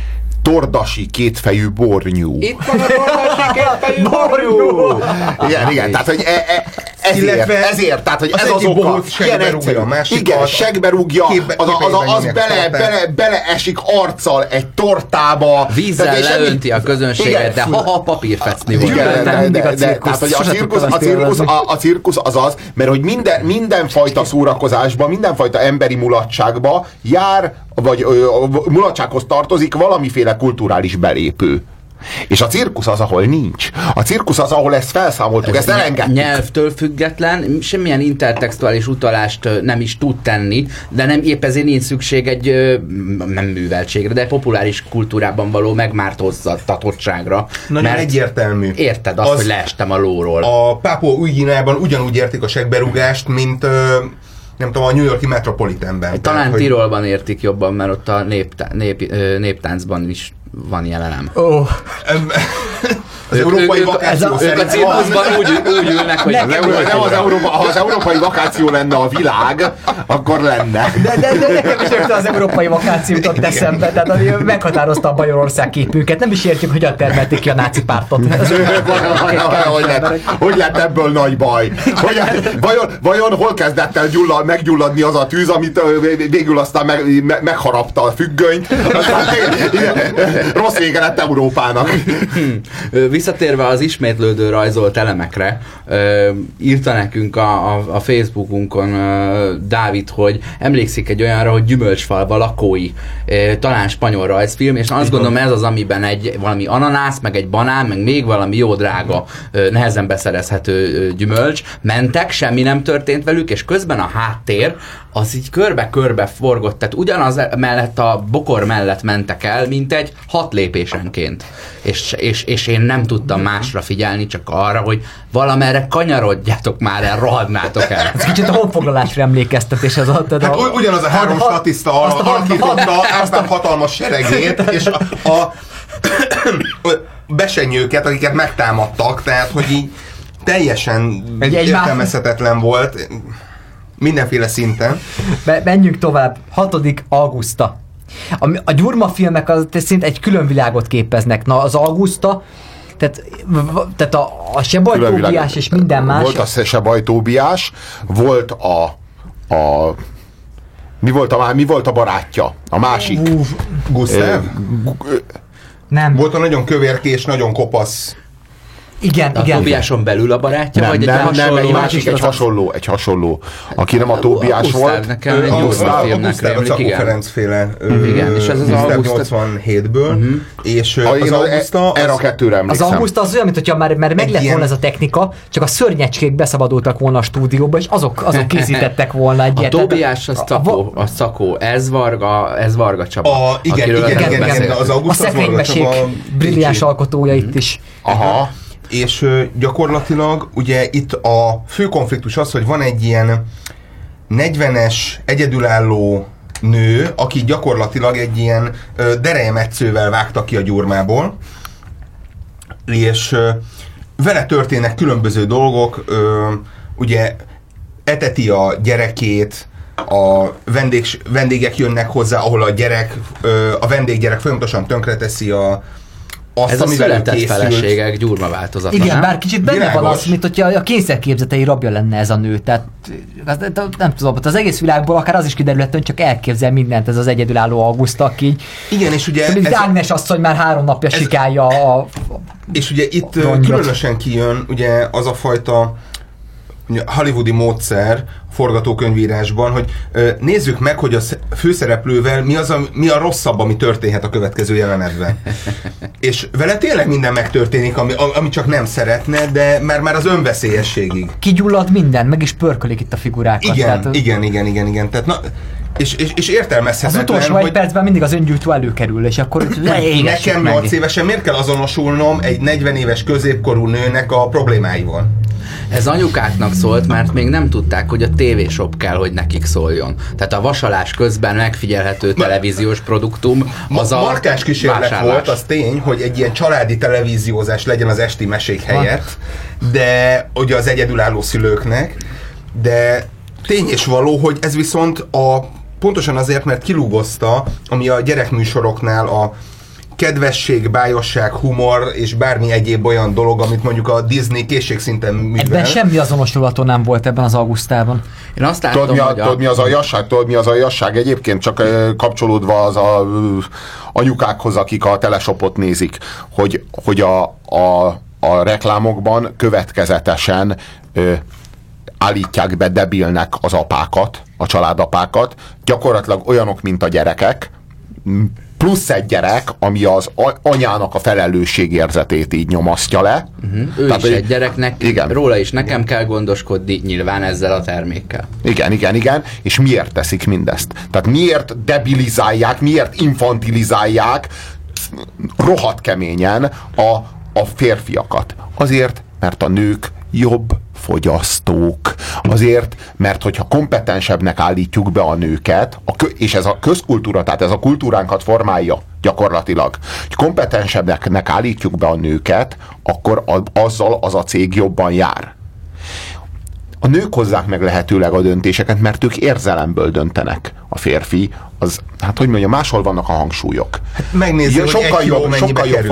tordasi kétfejű bornyú. Itt van a tordasi kétfejű bornyú! Igen, tehát, hogy ezért, tehát, hogy ez az oka. Igen, segbe rúgja, az beleesik arccal egy tortába. Vízzel leönti a közönséget, de ha papírfecni volt. A cirkusz az az, mert hogy mindenfajta szórakozásban, mindenfajta emberi mulatságba jár, vagy mulatsághoz tartozik valamiféle kulturális belépő. És a cirkusz az, ahol nincs. A cirkusz az, ahol ezt felszámoltuk, ezt elengedtük. Nyelvtől független, semmilyen intertextuális utalást nem is tud tenni, de nem épp ezért nincs szükség egy nem műveltségre, de populáris kultúrában való megmártóztatottságra. Nagyon egyértelmű. Érted azt, hogy leestem a lóról. A Pápua Új-Guineában ugyanúgy értik a segberúgást, mint nem tudom, a New York-i Metropolitanben. Talán Tirolban értik jobban, mert ott a néptáncban is van jelenem. Az európai vakáció ők a cirkuszban úgy ülnek, hogy ha az európai vakáció lenne a világ, akkor lenne. De nekem is rögtön az európai vakáció jutott eszembe, tehát ami meghatározta a Bajorország képünket. Nem is értjük, hogyan termelték ki a náci pártot. Hogy lett ebből nagy baj? Vajon hol kezdett el meggyulladni az a tűz, amit végül aztán megharapta a függönyt? Rossz vége lett Európának. Visszatérve az ismétlődő rajzolt elemekre, írta nekünk a Facebookunkon Dávid, hogy emlékszik egy olyanra, hogy Gyümölcsfalva lakói, talán spanyol rajzfilm, és azt gondolom ez az, amiben valami ananász, meg egy banán, meg még valami jó drága, nehezen beszerezhető gyümölcs mentek, semmi nem történt velük, és közben a háttér az így körbe-körbe forgott, tehát ugyanaz mellett a bokor mellett mentek el, mint egy 6 lépésenként. És én nem tudtam másra figyelni, csak arra, hogy valamerre kanyarodjátok már el, rohadnátok el. Ez kicsit a honfoglalásra emlékeztetés az ugyanaz a 3 statiszta alakította Ásztán hatalmas seregét, és a besenyőket, akiket megtámadtak, tehát, hogy így teljesen értelmezhetetlen volt mindenféle szinten. Menjünk tovább. 6. auguszta. A Gyurma filmek az szinte egy külön világot képeznek. Na, az Auguszta, tehát a Sebajtóbiás és minden más. Volt a Sebajtóbiás, volt mi volt a barátja? A másik? Gusztáv? Nem. Volt a nagyon kövérkés, nagyon kopasz. Igen. A Tóbiáson belül a barátja? Nem, vagy egy másik, egy hasonló. Aki nem a Tóbiás volt. Nekem egy Gyurma filmnek rémlik, igen. Ferenc féle. Igen, és ez az Auguszta 87-ből. És az Auguszta... Erre a kettőre emlékszem. Az Auguszta az olyan, mintha már meg lett volna ez a technika, csak a szörnyecskék beszabadultak volna a stúdióba, és azok készítettek volna egy ilyet. A Tóbiás a Szakó, ez Varga Csaba. Igen, az Auguszta a szekvénymesék brilliáns alkotója itt is. Aha. És gyakorlatilag ugye itt a fő konfliktus az, hogy van egy ilyen 40-es egyedülálló nő, aki gyakorlatilag egy ilyen derejemetszővel vágta ki a Gyurmából, és vele történnek különböző dolgok, ugye eteti a gyerekét, a vendégek jönnek hozzá, ahol a vendéggyerek folyamatosan tönkreteszi ez a született feleségek Gyurma változata. Igen, nem? Bár kicsit benne van az, mint hogyha a kényszerképzetei rabja lenne ez a nő. Tehát nem tudom, az egész világból akár az is kiderülhet, hogy csak elképzel mindent ez az egyedülálló Auguszta, aki így. Igen, és ugye... Ágnes asszony már 3 napja sikálja a... És ugye itt különösen kijön ugye az a fajta hollywoodi módszer forgatókönyvírásban, hogy nézzük meg, hogy a főszereplővel mi a rosszabb, ami történhet a következő jelenetben. És vele tényleg minden megtörténik, ami csak nem szeretne, de már az önveszélyességig. Kigyullad minden, meg is pörkölik itt a figurákat. Igen. Tehát, és értelmezhetetlen, az utolsó egy percben mindig az öngyújtó előkerül, és akkor nekem 8 évesen miért kell azonosulnom egy 40 éves középkorú nőnek a problémáival? Ez anyukáknak szólt, mert még nem tudták, hogy a TV-shop kell, hogy nekik szóljon. Tehát a vasalás közben megfigyelhető televíziós produktum az a markáns kísérlet vásárlás. Volt, az tény, hogy egy ilyen családi televíziózás legyen az esti mesék helyett, de ugye az egyedülálló szülőknek, de tény és való, hogy ez viszont pontosan azért, mert kilúgozta, ami a gyerekműsoroknál a kedvesség, bájosság, humor és bármi egyéb olyan dolog, amit mondjuk a Disney készségszinten művel. Ebben semmi azonosulható nem volt ebben az Augusztában. Én azt látom, Tudod mi az aljasság? Egyébként csak kapcsolódva az anyukákhoz, akik a teleshopot nézik, hogy a reklámokban következetesen állítják be debilnek az apákat, a családapákat, gyakorlatilag olyanok, mint a gyerekek, plusz egy gyerek, ami az anyának a felelősségérzetét így nyomasztja le. Ő Tehát, is egy gyereknek, igen. Róla is nekem kell gondoskodni, nyilván ezzel a termékkel. Igen. És miért teszik mindezt? Tehát miért debilizálják, miért infantilizálják rohadt keményen a férfiakat? Azért, mert a nők jobb fogyasztók. Azért, mert hogyha kompetensebbnek állítjuk be a nőket, és ez a közkultúra, tehát ez a kultúránkat formálja gyakorlatilag, hogy kompetensebbnek állítjuk be a nőket, akkor azzal az a cég jobban jár. A nők hozzák meg lehetőleg a döntéseket, mert ők érzelemből döntenek. A férfi, az, hát hogy mondjam, máshol vannak a hangsúlyok. Hát megnézzük, hogy sokkal egy kiló mennyibe kerül.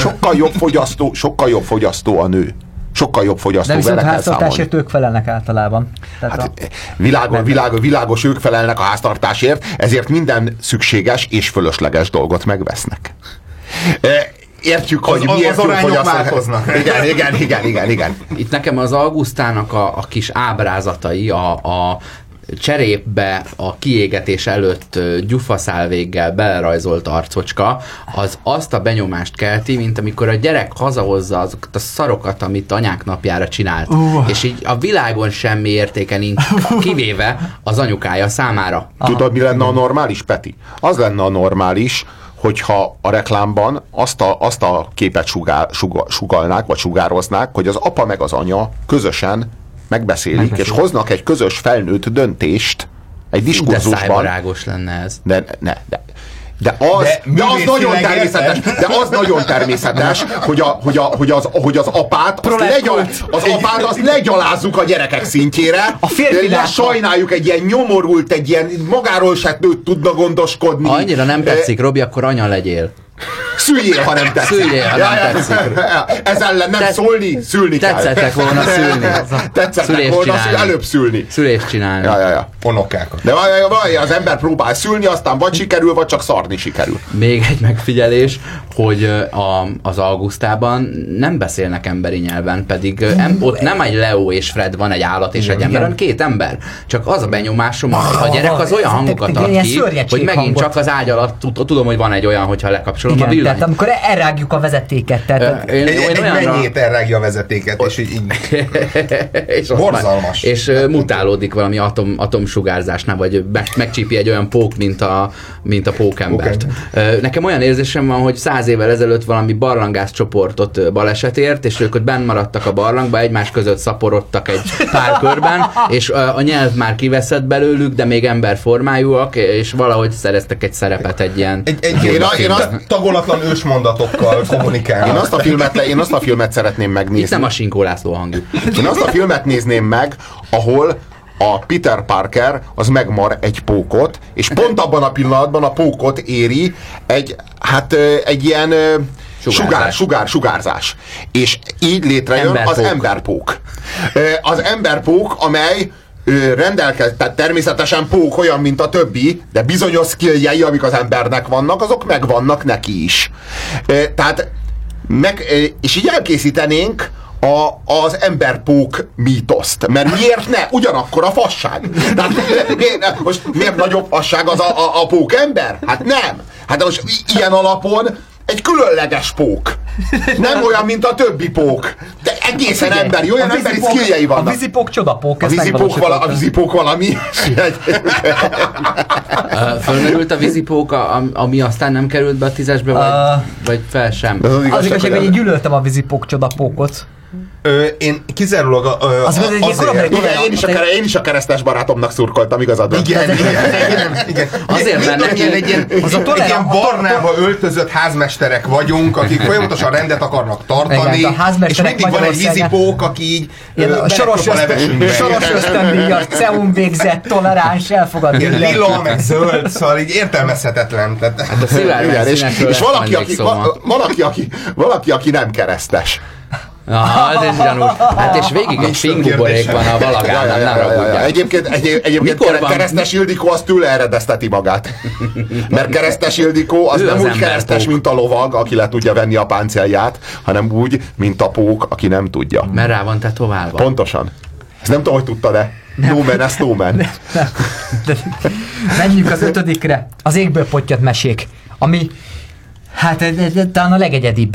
Sokkal jobb fogyasztó a nő. Sokkal jobb fogyasztó, de viszont vele kell számolni. háztartásért ők felelnek általában. Tehát Világos, ők felelnek a háztartásért, ezért minden szükséges és fölösleges dolgot megvesznek. Értjük, hogy miért az arányok változnak. Igen. Itt nekem az Augusztának a kis ábrázatai, a cserépbe a kiégetés előtt gyufaszálvéggel belerajzolt arcocska, az azt a benyomást kelti, mint amikor a gyerek hazahozza azokat a szarokat, amit anyák napjára csinált. És így a világon semmi értéke nincs, kivéve az anyukája számára. Tudod, mi lenne a normális, Peti? Az lenne a normális, hogyha a reklámban azt a képet sugallnák, vagy sugároznák, hogy az apa meg az anya közösen megbeszélik, és hoznak egy közös felnőtt döntést egy diskurzusban. De szájbarágos lenne ez. De az nagyon természetes, hogy az apát azt legyalázzuk a gyerekek szintjére, sajnáljuk, egy ilyen nyomorult, egy ilyen magáról se tudna gondoskodni. Annyira nem tetszik, Robi, akkor anya legyél. Szüljél, ha nem tetszik. Tetszik. Ez ellen nem szülni kell. Tetszettek volna szülni. Tetszettek volna előbb szülni. Szülést csinálni. Ja. Unokákat. De az ember próbál szülni, aztán vagy sikerül, vagy csak szarni sikerül. Még egy megfigyelés, hogy az Augusztában nem beszélnek emberi nyelven, pedig ott nem egy Leo és Fred van, egy állat és egy ember, hanem két ember. Csak az a benyomásom, a gyerek az olyan hangokat ad ki, hogy megint csak az ágy alatt tudom, hogy van egy olyan, hogyha lekapcsolom a villanyt. Tehát amikor elrágjuk a vezetéket. Tehát egy mennyét elrágja a vezetéket, és így borzalmas. És mutálódik valami atomsugárzásnál, vagy megcsípi egy olyan pók, mint a pókembert. Nekem olyan érzésem van, hogy 100 évvel ezelőtt valami barlangász csoportot baleset ért, és ők ott benn maradtak a barlangba, egymás között szaporodtak egy pár körben, és a nyelv már kiveszett belőlük, de még emberformájúak, és valahogy szereztek egy szerepet egy ilyen... Én azt tagolatlan ősmondatokkal kommunikálnak. Én azt a filmet szeretném megnézni. Itt nem a Sinkó László hangjuk. Én azt a filmet nézném meg, ahol a Peter Parker az megmar egy pókot, és pont abban a pillanatban a pókot éri egy ilyen sugárzás. És így létrejön az emberpók. Az emberpók, amely tehát természetesen pók olyan, mint a többi, de bizonyos skilljei, amik az embernek vannak, azok megvannak neki is. És így elkészítenék az emberpók mítoszt. Mert miért ne? Ugyanakkor a fasság. Tehát, miért nagyobb fasság az a pókember? Hát nem. Hát most ilyen alapon egy különleges pók. Nem olyan, mint a többi pók. De egészen emberi, olyan emberi skilljei vannak. A vízipók csodapók. A vízipók valami. Fölmerült a vízipók, ami aztán nem került be a 10-esbe, vagy fel sem? Az igazság, hogy én gyűlöltem a vízipók csodapókot. Én kizárólag azért. Én is a keresztes barátomnak szurkoltam, igazad. Igen. Azért, mert egy ilyen barnába öltözött házmesterek vagyunk, akik folyamatosan rendet akarnak tartani, és mindig van egy vízipók, aki így soros ösztöndíjas, CEUM végzett, toleráns, elfogad mindenki. Lila, meg zöld, szóval így értelmezhetetlen. Hát a szivárvány színekről és valaki, aki nem keresztes. Ez is gyanús. Hát és végig egy fingbuborék van a valagánál, nem ragudjál. Egyébként Keresztes Ildikó az tőle eredezteti magát. Mert Keresztes Ildikó az nem úgy keresztes, mint a lovag, aki le tudja venni a páncélját, hanem úgy, mint a pók, aki nem tudja. Mert rá van tetoválva. Pontosan. Ezt nem tudom, hogy tudta, de no man. Menjünk az 5-re. Az égből pottyant mesék, ami hát talán a legegyedibb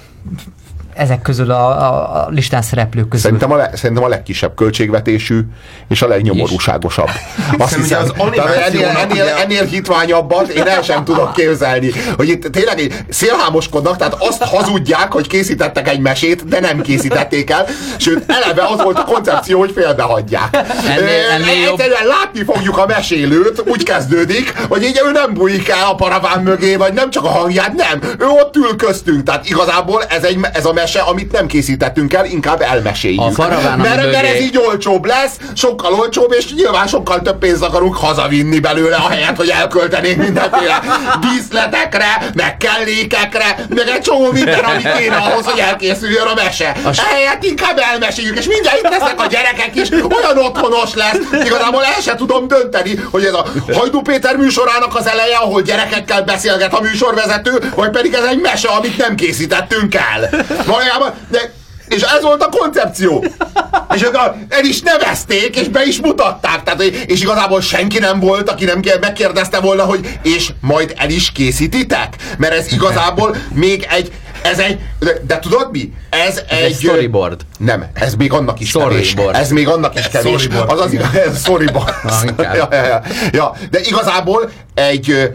ezek közül a listán szereplők közül. Szerintem a legkisebb költségvetésű és a legnyomorúságosabb. Azt hiszem, az ennél hitványabbat én el sem tudok képzelni. Hogy itt tényleg szélhámoskodnak, tehát azt hazudják, hogy készítettek egy mesét, de nem készítették el, sőt eleve az volt a koncepció, hogy félbehagyják. Egyszerűen látni fogjuk a mesélőt, úgy kezdődik, hogy így ő nem bújik el a paraván mögé, vagy nem csak a hangját, nem. Ő ott ül köztünk, tehát igazából ez a amit nem készítettünk el, inkább elmeséljük. Mert ez így olcsóbb lesz, sokkal olcsóbb, és nyilván sokkal több pénzt akarunk hazavinni belőle, ahelyett, hogy elköltenénk mindenféle díszletekre, meg kellékekre, meg egy csomó minden, amit kéne ahhoz, hogy elkészüljön a mese. Ehelyett inkább elmeséljük, és mindjárt itt lesznek a gyerekek is, olyan otthonos lesz. Igazából el sem tudom dönteni, hogy ez a Hajdú Péter műsorának az eleje, ahol gyerekekkel beszélget a műsorvezető, vagy pedig ez egy mese, amit nem készítettünk el. És ez volt a koncepció. És el is nevezték, és be is mutatták. Tehát, és igazából senki nem volt, aki nem megkérdezte volna, hogy és majd el is készítitek? Mert ez igazából még de tudod mi? Ez egy storyboard. Nem, ez még annak is kevés. Ez még annak is kevés. Ez storyboard. Ja, de igazából egy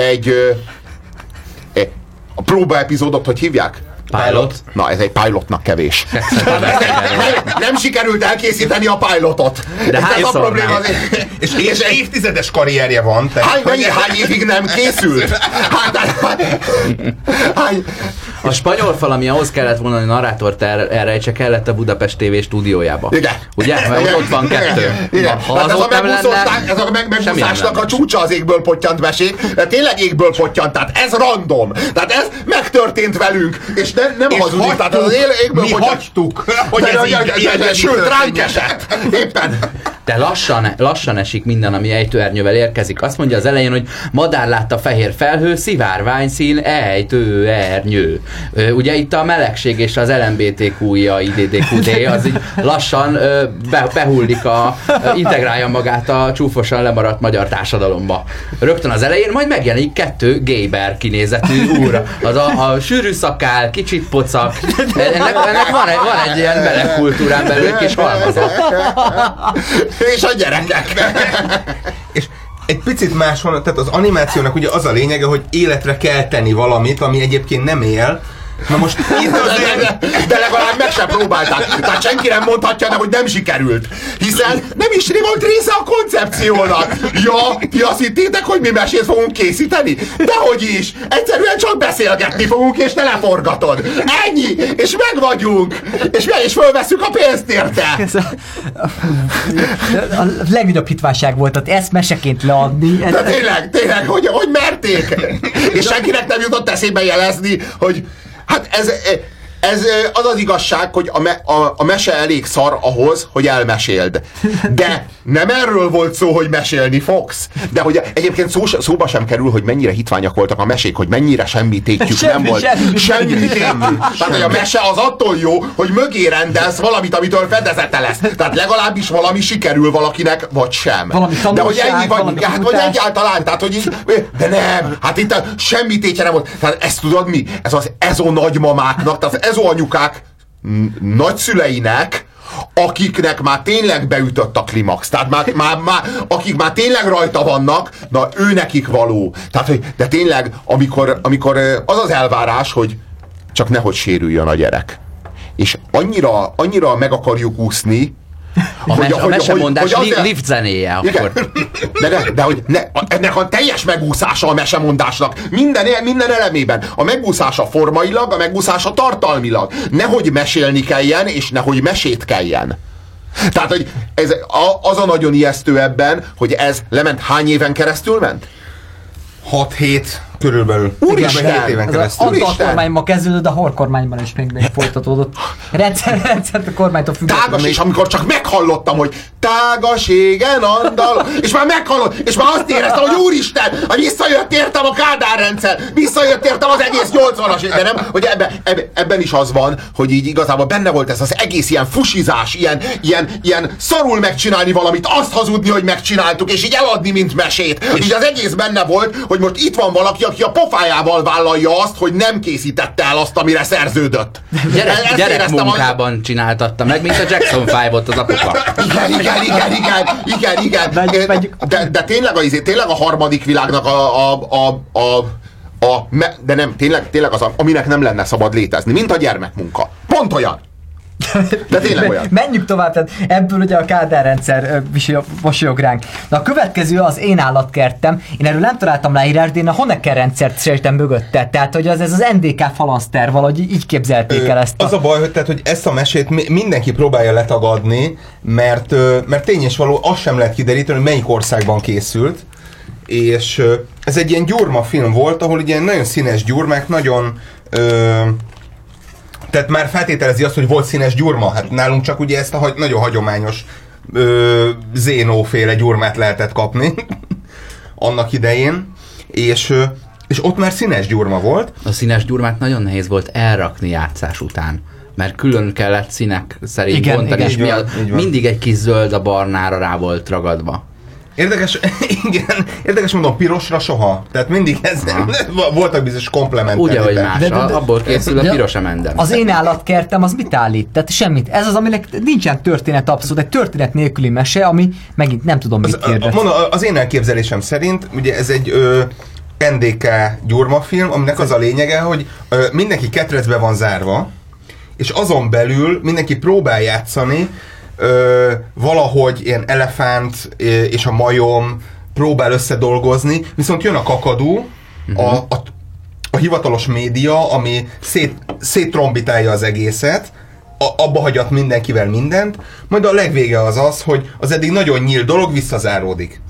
a próbaepizódot, hogy hívják? Pilot? Na, ez egy pilotnak kevés. Nem sikerült elkészíteni a pilotot. De ez a probléma. És évtizedes karrierje van. Hány évig nem készült? A spanyol fal, ami ahhoz kellett volna, hogy narrátort elrejtse, kellett a Budapest TV stúdiójába. Igen. Ugye? Mert ott van 2. Igen. Ez a megúszásnak a csúcsa az égből pottyant mesék, de tényleg égből pottyant, tehát ez random. Tehát ez megtörtént velünk, és nem hazudik. Tehát az égből pottyant. Mi hagytuk, hogy ez sőt, ránk esett. Éppen. De lassan esik minden, ami ejtőernyővel érkezik. Azt mondja az elején, hogy madár látta fehér felhő, szivárványszín, ejtőernyő. Ugye itt a melegség és az LMBTQ-ja, IDDQD, az így lassan behullik, integrálja magát a csúfosan lemaradt magyar társadalomba. Rögtön az elején majd megjelenik 2 gayber kinézetű úr. Az a sűrű szakál, kicsit pocak. Ennek van egy ilyen meleg kultúrán belül, és halmazat. És a gyerekek. És egy picit máshol, tehát az animációnak ugye az a lényege, hogy életre kell tenni valamit, ami egyébként nem él. Na most itt de legalább meg sem próbálták. Tehát senki nem mondhatja, de hogy nem sikerült. Hiszen nem is volt része a koncepciónak. Ja, ti azt hittétek, hogy mi mesét fogunk készíteni? Dehogy is. Egyszerűen csak beszélgetni fogunk, és te leforgatod. Ennyi. És meg vagyunk. És fölvesszük a pénzt érte. A legnagyobb hitványság volt, hogy ezt meseként leadni. De tényleg, hogy merték? És senkinek nem jutott eszébe jelezni, hogy hát ez az az igazság, hogy a mese elég szar ahhoz, hogy elmeséld. De nem erről volt szó, hogy mesélni fogsz. De hogy egyébként szóba sem kerül, hogy mennyire hitványak voltak a mesék, hogy mennyire semmitétjük nem volt. Semmi. Tehát, hogy a mese az attól jó, hogy mögé rendelsz valamit, amitől fedezete lesz. Tehát legalábbis valami sikerül valakinek, vagy sem. Valami tanulság, de hogy ennyi vagy, hát, vagy egyáltalán, tehát hogy így, de nem, hát itt semmi tétje nem volt. Tehát ezt tudod mi? Ez az ezó nagymamáknak, tehát ezó anyukák nagyszüleinek, akiknek már tényleg beütött a klimax, tehát akik már tényleg rajta vannak, na ő nekik való. Tehát, hogy, de tényleg, amikor az az elvárás, hogy csak nehogy sérüljön a gyerek. és annyira meg akarjuk úszni, a mesemondás lift zenéje akkor. Igen, de hogy ennek a teljes megúszása a mesemondásnak minden elemében. A megúszása formailag, a megúszása tartalmilag. Nehogy mesélni kelljen, és nehogy mesét kelljen. Tehát, hogy az a nagyon ijesztő ebben, hogy ez lement hány éven keresztül ment? 6-7 körülbelül. Úristen! 7 éven keresztül. A kormányban kezdődött, a Hor kormányban is még folytatódott. Rendszert a kormánytól függetlenül. Tágas, és amikor csak meghallottam, hogy tágas égen andal, és már meghallott, és már azt éreztem, hogy úristen, hogy visszajött értem a Kádár rendszer, visszajött értem az egész 80-as, de nem, hogy ebben is az van, hogy így igazából benne volt ez az egész ilyen fusizás, ilyen szarul megcsinálni valamit, azt hazudni, hogy megcsináltuk, és így eladni, mint mesét. És az egész benne volt, hogy most itt van valaki, aki a pofájával vállalja azt, hogy nem készítette el azt, amire szerződött. Gyerekmunkában csináltatta meg, mint a Jackson 5-ot az apuka. Igen. De tényleg a harmadik világnak de nem, tényleg az, aminek nem lenne szabad létezni, mint a gyermekmunka. Pont olyan. De tényleg olyan. Menjünk tovább, tehát ebből ugye a Kádár rendszer mosolyog ránk. Na a következő az Én állatkertem. Én erről nem találtam leírást, de én a Honecker rendszert sértem mögötte. Tehát, hogy ez az NDK falanszter, valahogy így képzelték el ezt. Az a baj, hogy ezt a mesét mindenki próbálja letagadni, mert tény és való, azt sem lehet kideríteni, hogy melyik országban készült. És ez egy ilyen gyurma film volt, ahol ilyen nagyon színes gyurmák, nagyon... Tehát már feltételezi azt, hogy volt színes gyurma. Hát nálunk csak ugye ezt a nagyon hagyományos zénóféle gyurmát lehetett kapni annak idején. És ott már színes gyurma volt. A színes gyurmát nagyon nehéz volt elrakni játszás után. Mert külön kellett színek szerint bontani, és mindig egy kis zöld a barnára rá volt ragadva. Érdekes mondom, pirosra soha. Tehát mindig ez voltak bizonyos komplementáriták. Ugye, hogy más, abból készül a piros emendem. Az Én állatkertem az mit állít? Tehát semmit. Ez az, aminek nincsen történet abszolút, egy történet nélküli mese, ami megint nem tudom mit kérdez. Az én elképzelésem szerint, ugye ez egy NDK gyurmafilm, aminek az a lényege, hogy mindenki ketrecbe van zárva, és azon belül mindenki próbál játszani, valahogy ilyen elefánt és a majom próbál összedolgozni, viszont jön a kakadú, a hivatalos média, ami széttrombitálja az egészet, abba hagyat mindenkivel mindent, majd a legvége az, hogy az eddig nagyon nyílt dolog visszazáródik.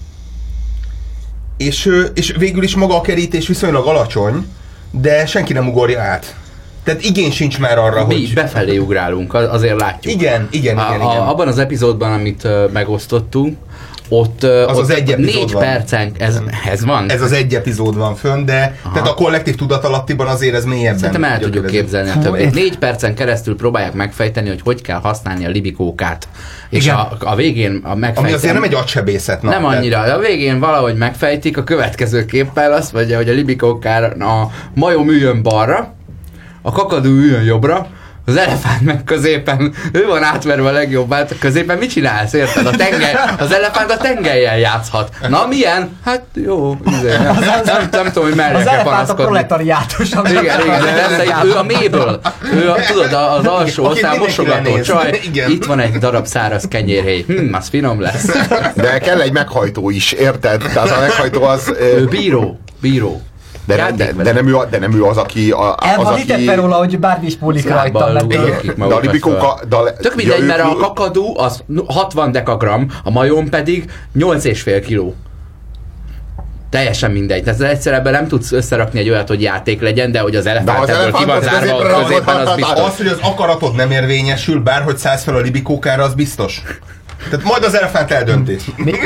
És végül is maga a kerítés viszonylag alacsony, de senki nem ugorja át. Tehát igény sincs már arra, mi hogy... befelé ugrálunk, azért látjuk. Igen. Abban az epizódban, amit megosztottunk, ott az egy 4 percen, ez van? Ez az egy epizód van fönn, de tehát a kollektív tudatalattiban azért ez mélyebben. Szerintem el tudjuk képzelni a többét. 4 percen keresztül próbálják megfejteni, hogy kell használni a libikókát. És a végén a megfejteni... Ami azért nem egy agysebészet. Nem annyira. A végén valahogy megfejtik, a következőképpen azt mondja, hogy a libikókára a majom üljön balra, a kakadú üljön jobbra, az elefánt meg középen, ő van átverve a legjobbát, középen mit csinálsz, érted? Az elefánt a tengellyel játszhat. Na milyen? Hát jó, nem tudom, hogy merjek-e panaszkodni. Az elefánt a proletariátus. Igen, ő a méből. Tudod, az alsó osztály mosogató csaj. Itt van egy darab száraz kenyérhéj. Az finom lesz. De kell egy meghajtó is, érted? Tehát a meghajtó az... Ő bíró. De nem ő az, aki... Elvadítette róla, hogy bármi is múlik rajtam. De a libikóka... Tök mindegy, mert a kakadú az 60 dekagram, a majom pedig 8,5 kiló. Teljesen mindegy. Tehát egyszer ebben nem tudsz összerakni egy olyat, hogy játék legyen, de hogy az elefánt ebből ki van zárva a középen, az biztos. Az, hogy az akaratod nem érvényesül, bárhogy szállsz fel a libikókára, az biztos. Tehát majd az elefánt eldönti.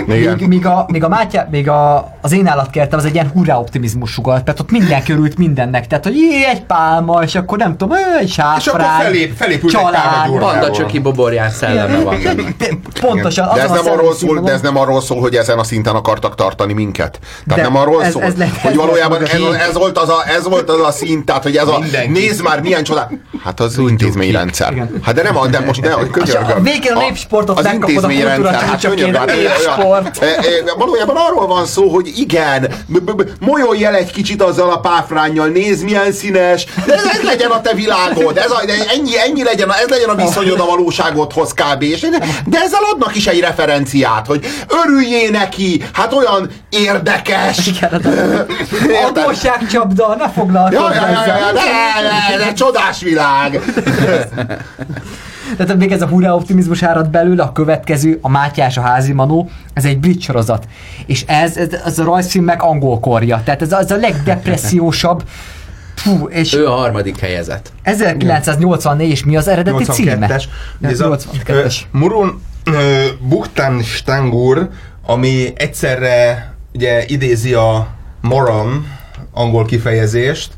Míg az Én állatkertem az egy ilyen hurrá optimizmus sugal, tehát ott mindenki örült mindennek, tehát hogy egy pálma, és akkor nem tudom, egy sáfrány, és akkor felépült egy pálma gyurmából. Banda csöki boborján szelleme van. Pontosan. De ez nem arról szól, hogy ezen a szinten akartak tartani minket. Tehát nem arról szól, hogy valójában ez volt az a szint, tehát hogy ez a nézd már milyen csodál. Hát az intézményrendszer. Hát de nem, de most ne, hogy könyörgöm. Végén a népsportot megkapod, intézményrendszer. Hát valójában arról van szó, hogy igen, molyolj el egy kicsit azzal a páfránnyal, nézd milyen színes, de ez legyen a te világod, ennyi legyen, ez legyen a viszonyod a valóságodhoz kb. De ezzel adnak is egy referenciát, hogy örüljél neki, hát olyan érdekes. Adósságcsapda, ne foglalkozz ezzel. De csodás világ. Tehát még ez a hurrá optimizmus árad belőle, a következő, a Mátyás a házimanó, ez egy brit sorozat. És ez a rajzfilmek angolkorja. Tehát ez a legdepressziósabb. És ő a harmadik helyezett. 1984, és mi az eredeti címe? 82-es. Murun Buchtanstangur, ami egyszerre ugye idézi a moron angol kifejezést,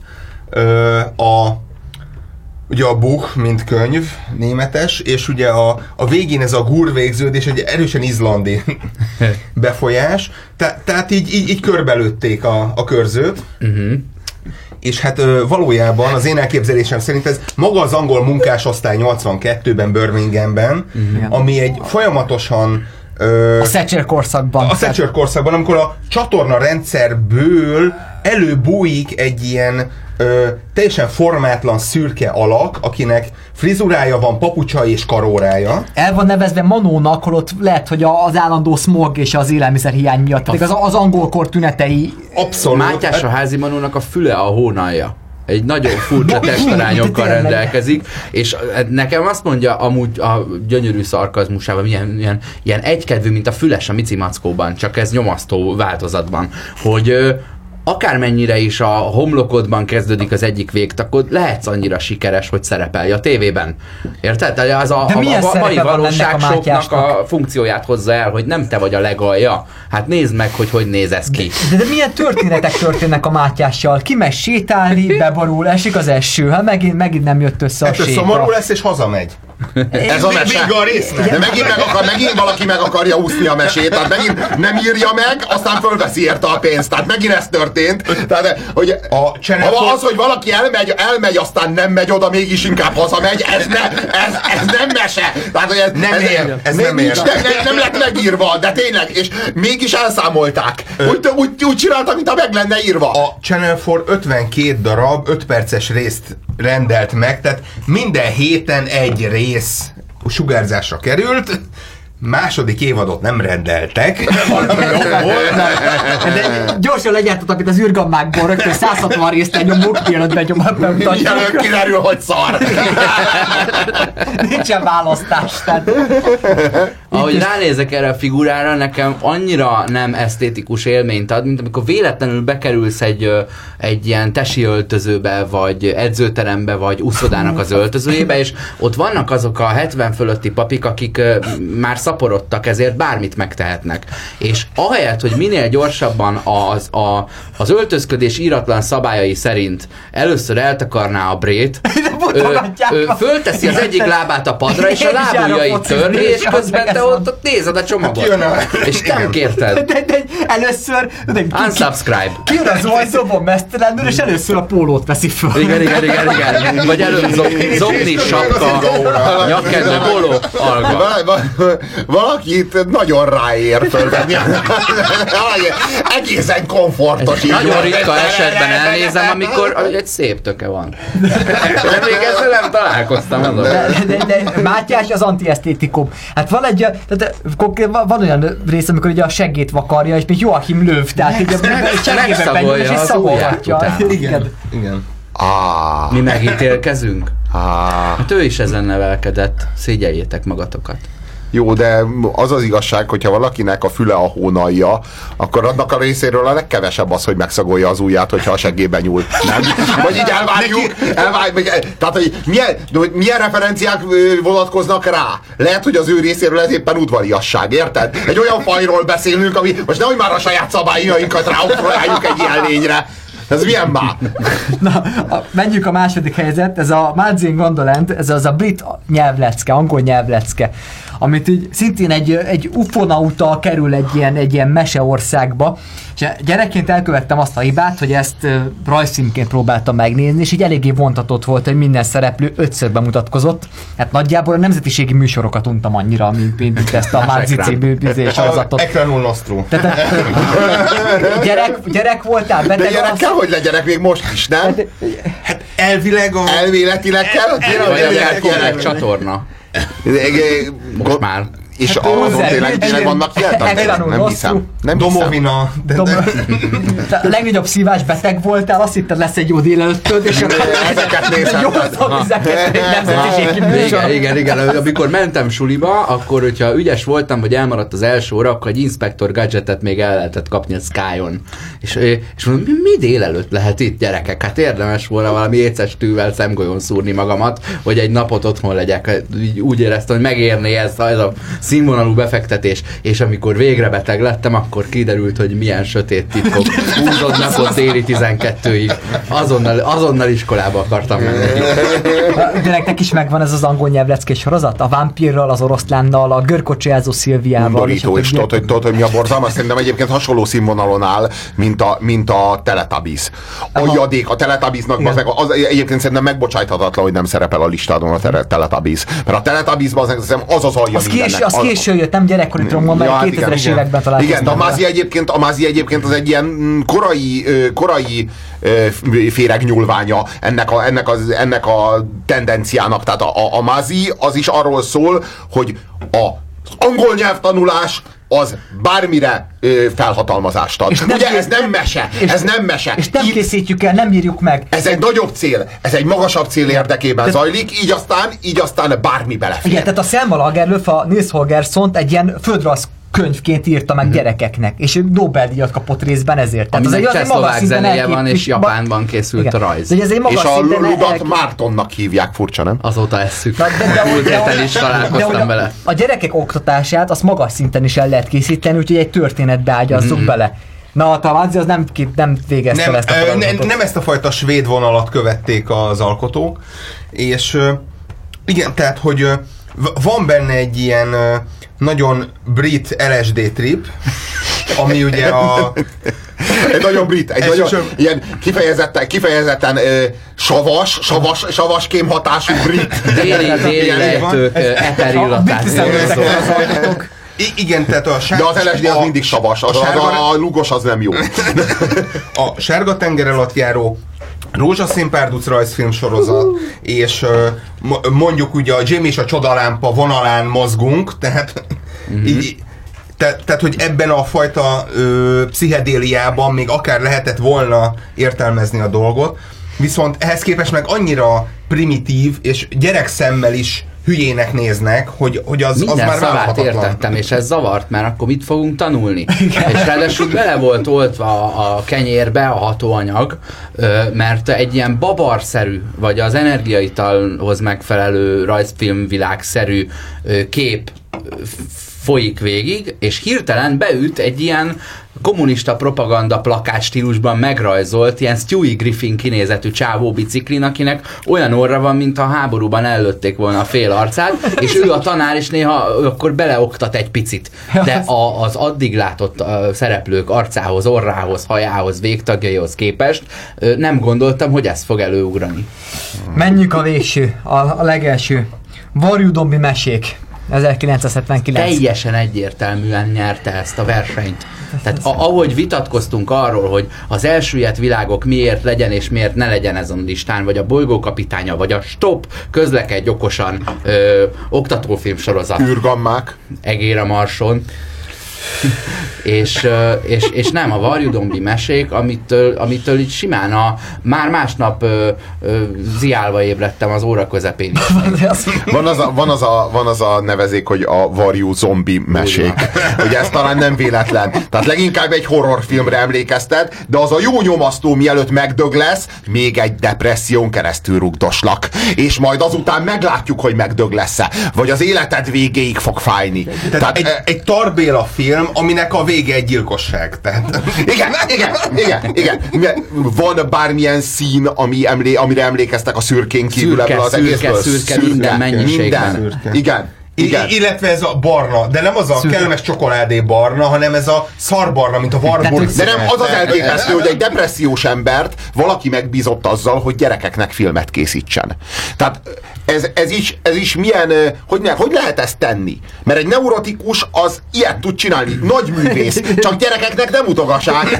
ugye a Buch, mint könyv, németes, és ugye a végén ez a gur végződés egy erősen izlandi befolyás, tehát így körbelőtték a körzőt, és hát valójában az én elképzelésem szerint ez maga az angol munkásosztály 82-ben Birminghamben, ami egy folyamatosan a Thatcher korszakban. A Thatcher korszakban, amikor a csatorna rendszerből előbújik egy ilyen teljesen formátlan szürke alak, akinek frizurája van, papucsa és karórája. El van nevezve Manónak, holott lehet, hogy az állandó smog és az élelmiszerhiány miatt. Tehát az angolkor tünetei. Abszolút. Mátyás a házi Manónak a füle a hónalja. Egy nagyon furcsa testarányokkal rendelkezik, és nekem azt mondja amúgy a gyönyörű szarkazmusában, ilyen egykedvű, mint a füles a Mici Mackóban, csak ez nyomasztó változatban, hogy akármennyire is a homlokodban kezdődik az egyik végtakod, lehetsz annyira sikeres, hogy szerepelj a tévében. Érted? Az a mai valóságsoknak a funkcióját hozza el, hogy nem te vagy a legalja. Hát nézd meg, hogy néz ez ki. De milyen történetek történnek a Mátyással? Kimegy sétálni, beborul, esik az eső, hát megint nem jött össze a séta. Szomorú lesz és hazamegy. Ez a mese. De megint valaki meg akarja úszni a mesét, tehát megint nem írja meg, aztán fölveszi érte a pénzt. Tehát megint ez történt. Tehát, hogy az, hogy valaki elmegy, aztán nem megy oda, mégis inkább hazamegy, ez nem mese. Tehát, hogy ez nem lett megírva, de tényleg, és mégis elszámolták. Úgy csináltak, mintha meg lenne írva. A Channel 4 52 darab 5 perces részt rendelt meg, tehát minden héten egy rész sugárzásra került, második évadot nem rendeltek. De gyorsan legyártottak itt az űrgammákból, rögtön 160 részt elnyomunk, mielőtt bemutatjuk. Kiderül, hogy szar. Nincsen választás. Ahogy ránézek erre a figurára, nekem annyira nem esztétikus élményt ad, mint amikor véletlenül bekerülsz egy ilyen tesi öltözőbe, vagy edzőterembe, vagy úszodának az öltözőjébe, és ott vannak azok a 70 fölötti papik, akik már szaporodtak, ezért bármit megtehetnek. És ahelyett, hogy minél gyorsabban az öltözködés íratlan szabályai szerint először eltakarná a brét, fölteszi az egyik lábát a padra, és a lábujjait törni, és közben te ott nézed a csomagot. És nem kérted. De először... Unsubscribe. Kijön az ajzóban mesztelenül, és először a pólót veszi föl. Igen. Vagy előbb zokni, sapka, nyakkendő, póló, alga. Valakit nagyon ráér fölvenni. Egészen komfortos. Nagyon ritka esetben elnézem, amikor egy szép töke van. De még ezzel nem találkoztam azon. De Mátyás az antiesztétikum. Hát van olyan rész, amikor ugye a seggét vakarja, és még Joachim Löw, tehát ugye seggébe benyúl, és szagolgatja. Igen. Mi megítélkezünk? Hát ő is ezen nevelkedett. Szégyeljétek magatokat. Jó, de az az igazság, hogyha valakinek a füle a hónalja, akkor annak a részéről a legkevesebb az, hogy megszagolja az ujját, hogyha a seggébe nyúl. Nem? Vagy így elvárjuk. Tehát, hogy milyen referenciák vonatkoznak rá? Lehet, hogy az ő részéről ez éppen udvariasság, érted? Egy olyan fajról beszélünk, ami most nehogy már a saját szabályainkat ráoktroláljuk egy ilyen lényre. Ez milyen már? Na, menjünk a második helyzet, ez a Malzén Gondoland, ez az a brit nyelvlecke, angol nyelvlecke, amit így szintén egy ufonauta kerül egy ilyen meseországba, és gyerekként elkövettem azt a hibát, hogy ezt rajzfilmként próbáltam megnézni, és így eléggé vontatott volt, hogy minden szereplő 5-ször bemutatkozott. Hát nagyjából a nemzetiségi műsorokat untam annyira, mint ezt a Márci című sorozatot. Ekranul Nostro. Gyerek voltál? De gyerek kell, hogy legyenek még most is, nem? Hát elvileg elméletileg kell, vagy a gyerek csatorna. Most már. És azon tényleg vannak jeltek? Nem hiszem. Domovina. A legnagyobb szívás beteg voltál, azt hitted lesz egy jó délelőttöd, és ezeket nézheted. Igen. Amikor mentem suliba, akkor, hogyha ügyes voltam, vagy elmaradt az első óra, akkor egy Inspector Gadgetet még el lehetett kapni a Sky-on. És mondom, mi délelőtt lehet itt, gyerekek? Hát érdemes volna valami éces tűvel szemgolyón szúrni magamat, hogy egy napot otthon legyek. Úgy éreztem, hogy megérné ez a színvonalú befektetés, és amikor végre beteg lettem, akkor kiderült, hogy milyen sötét titkok húzódnak ott téli 12-ig. Azonnal iskolába akartam menni. De nektek is megvan ez az angol nyelvleckés sorozat? A vámpírral, az oroszlánnal, a görkocsijázó Szilviával. Undorító, és tudod, hogy mi a borzalmas? Szerintem egyébként hasonló színvonalon áll, mint a Teletubbies. Olyadék, a Teletubbiesnak az egyébként szerintem megbocsájthatatlan, hogy nem szerepel a listádon a Teletubbies. Mert a Teletubbiesban az az alja mindennek. Az késő jött, nem gyerekkori tromban, mert 2000-es években találkoztam. Igen, de a Mázi egyébként az egy ilyen korai féregnyúlványa ennek a tendenciának. Tehát a Mázi az is arról szól, hogy az angol nyelvtanulás az bármire felhatalmazást ad. Ugye ez nem mese, És nem készítjük el, nem írjuk meg. Ez egy nagyobb cél, ez egy magasabb cél érdekében zajlik, így aztán bármi belefér. Igen, tehát a Selma Lagerlöf a Nils Holgerssont egy ilyen földrajz könyvként írta meg gyerekeknek, és ő Nobel-díjat kapott részben ezért. Aminek csehszlovák zenéje van, és Japánban készült a rajz. És a ludat Mártonnak hívják, furcsa, nem? Azóta esszük. Múlt héten is találkoztam vele. A gyerekek oktatását azt magas szinten is el lehet készíteni, úgyhogy egy történetbe ágyazzuk bele. Na, a Tamadzi az nem végezte ezt a feladatot. Nem ezt a fajta svéd vonalat követték az alkotók, és igen, tehát, hogy van benne egy ilyen nagyon brit LSD trip, ami ugye egy nagyon brit, ilyen kifejezetten savas kémhatású brit. Déli lejtők, eterillatás. Igen, tehát a de az LSD az mindig savas, a lugos az nem jó. A Sárga tenger alatt járó Rózsaszín párduc rajzfilm sorozat, és mondjuk ugye a Jamie és a csodalámpa vonalán mozgunk, tehát tehát, hogy ebben a fajta pszichedéliában még akár lehetett volna értelmezni a dolgot, viszont ehhez képest meg annyira primitív, és gyerekszemmel is hülyének néznek, hogy az minden már szavát értettem, és ez zavart, mert akkor mit fogunk tanulni? És ráadásul bele volt oltva a kenyérbe a hatóanyag, mert egy ilyen babarszerű, vagy az energiaitalhoz megfelelő rajzfilmvilágszerű kép folyik végig, és hirtelen beüt egy ilyen kommunista propaganda plakát stílusban megrajzolt, ilyen Stewie Griffin kinézetű csávó biciklin, akinek olyan orra van, mintha a háborúban ellőtték volna a fél arcát, és ő a tanár, és néha akkor beleoktat egy picit. De az addig látott szereplők arcához, orrához, hajához, végtagjaihoz képest nem gondoltam, hogy ez fog előugrani. Menjünk a végső, a legelső. Varjú-dombi mesék. 1979. Teljesen egyértelműen nyerte ezt a versenyt. Tehát ahogy vitatkoztunk arról, hogy az elsüllyedt világok miért legyen és miért ne legyen ezen a listán, vagy a bolygókapitánya, vagy a Stop, közlekedj okosan oktatófilm sorozat. Űrgammák. Egér a Marson. és nem a varjú-dombi mesék, amitől így simán már másnap ziálva ébredtem az óra közepén is. Van az a nevezék, hogy a varjú-zombi mesék. Ugye ez talán nem véletlen. Tehát leginkább egy horrorfilmre emlékeztet, de az a jó nyomasztó, mielőtt megdög lesz, még egy depresszión keresztül rugdoslak. És majd azután meglátjuk, hogy megdög lesz-e. Vagy az életed végéig fog fájni. Tehát egy Tarbéla film, film, aminek a vége egy gyilkosság. Tehát... Igen. Van bármilyen szín, amire emlékeztek a szürkén kívül ebből az egészből? Szürke, minden mennyiségben. Igen. Illetve ez a barna, de nem az a kellemes csokoládé barna, hanem ez a szarbarna, mint a Warburg. De nem az az elképesztő, hogy egy depressziós embert valaki megbízott azzal, hogy gyerekeknek filmet készítsen. Tehát ez is milyen, hogy lehet ezt tenni? Mert egy neurotikus az ilyet tud csinálni, nagy művész, csak gyerekeknek nem utogassák.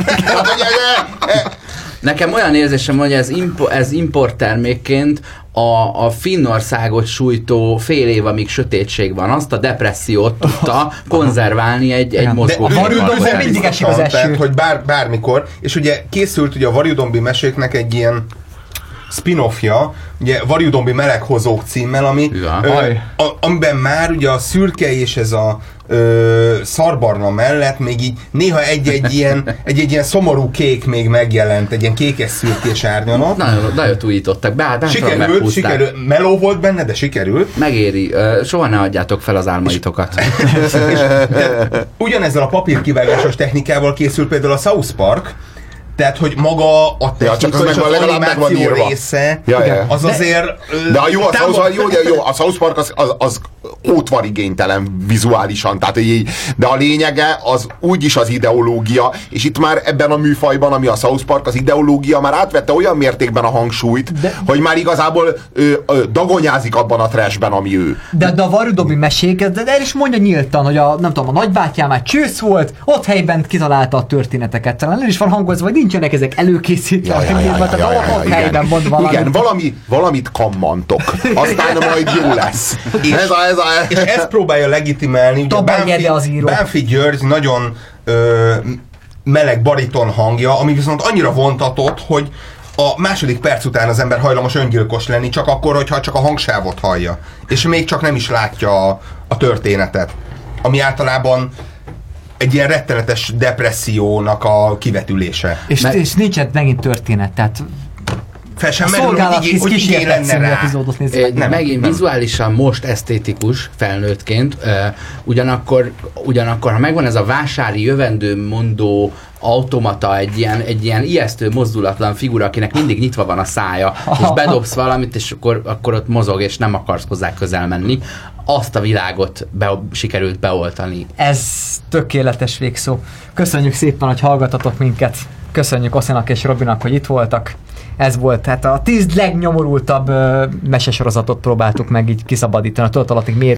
Nekem olyan érzésem, hogy ez importtermékként a Finnországot sújtó fél év, amíg sötétség van, azt a depressziót tudta konzerválni egy mozgófilmben. De mindig esik az eső. Hogy bármikor, és ugye készült ugye a Varjudombi meséknek egy ilyen spin-offja, ugye Varjudombi meleghozók címmel, amiben már ugye a szürke és ez a szarbarna mellett még így néha egy ilyen szomorú kék még megjelent, egy ilyen kékes-szürkés árnyalat. Nagyon újítottak be, sikerült, meló volt benne, de sikerült. Megéri, soha ne adjátok fel az álmaitokat. Ugyanezzel a papírkivágásos technikával készült például a South Park, tehát, hogy maga a technika és az animáció része, az azért... De a South Park az ótvarigénytelen vizuálisan, tehát, de a lényege az úgyis az ideológia, és itt már ebben a műfajban, ami a South Park, az ideológia már átvette olyan mértékben a hangsúlyt, hogy már igazából dagonyázik abban a trashben, ami ő. De a Varjudombi mesék, de el is mondja nyíltan, hogy a nagybátyám már csősz volt, ott helyben kitalálta a történeteket. Talán el is van hangozva, hogy nincsenek ezek előkészítve, ott helyben mond valamit. Igen, valamit kammantok, aztán majd jó lesz. És ezt próbálja legitimálni, ugye Bánfi György nagyon meleg bariton hangja, ami viszont annyira vontatott, hogy a második perc után az ember hajlamos öngyilkos lenni, csak akkor, hogyha csak a hangsávot hallja. És még csak nem is látja a történetet. Ami általában egy ilyen rettenetes depressziónak a kivetülése. És nincsen megint történet, tehát a szolgálat hogy igény lenne rá. Megint vizuálisan most esztétikus felnőttként, ugyanakkor ha megvan ez a vásári jövendő mondó automata, egy ilyen ijesztő mozdulatlan figura, akinek mindig nyitva van a szája, és bedobsz valamit, és akkor ott mozog, és nem akarsz hozzá közel menni. Azt a világot sikerült beoltani. Ez tökéletes végszó. Köszönjük szépen, hogy hallgatatok minket. Köszönjük Oszinak és Robinak, hogy itt voltak. Ez volt, tehát a 10 legnyomorultabb mesesorozatot próbáltuk meg így kiszabadítani a tudat alattig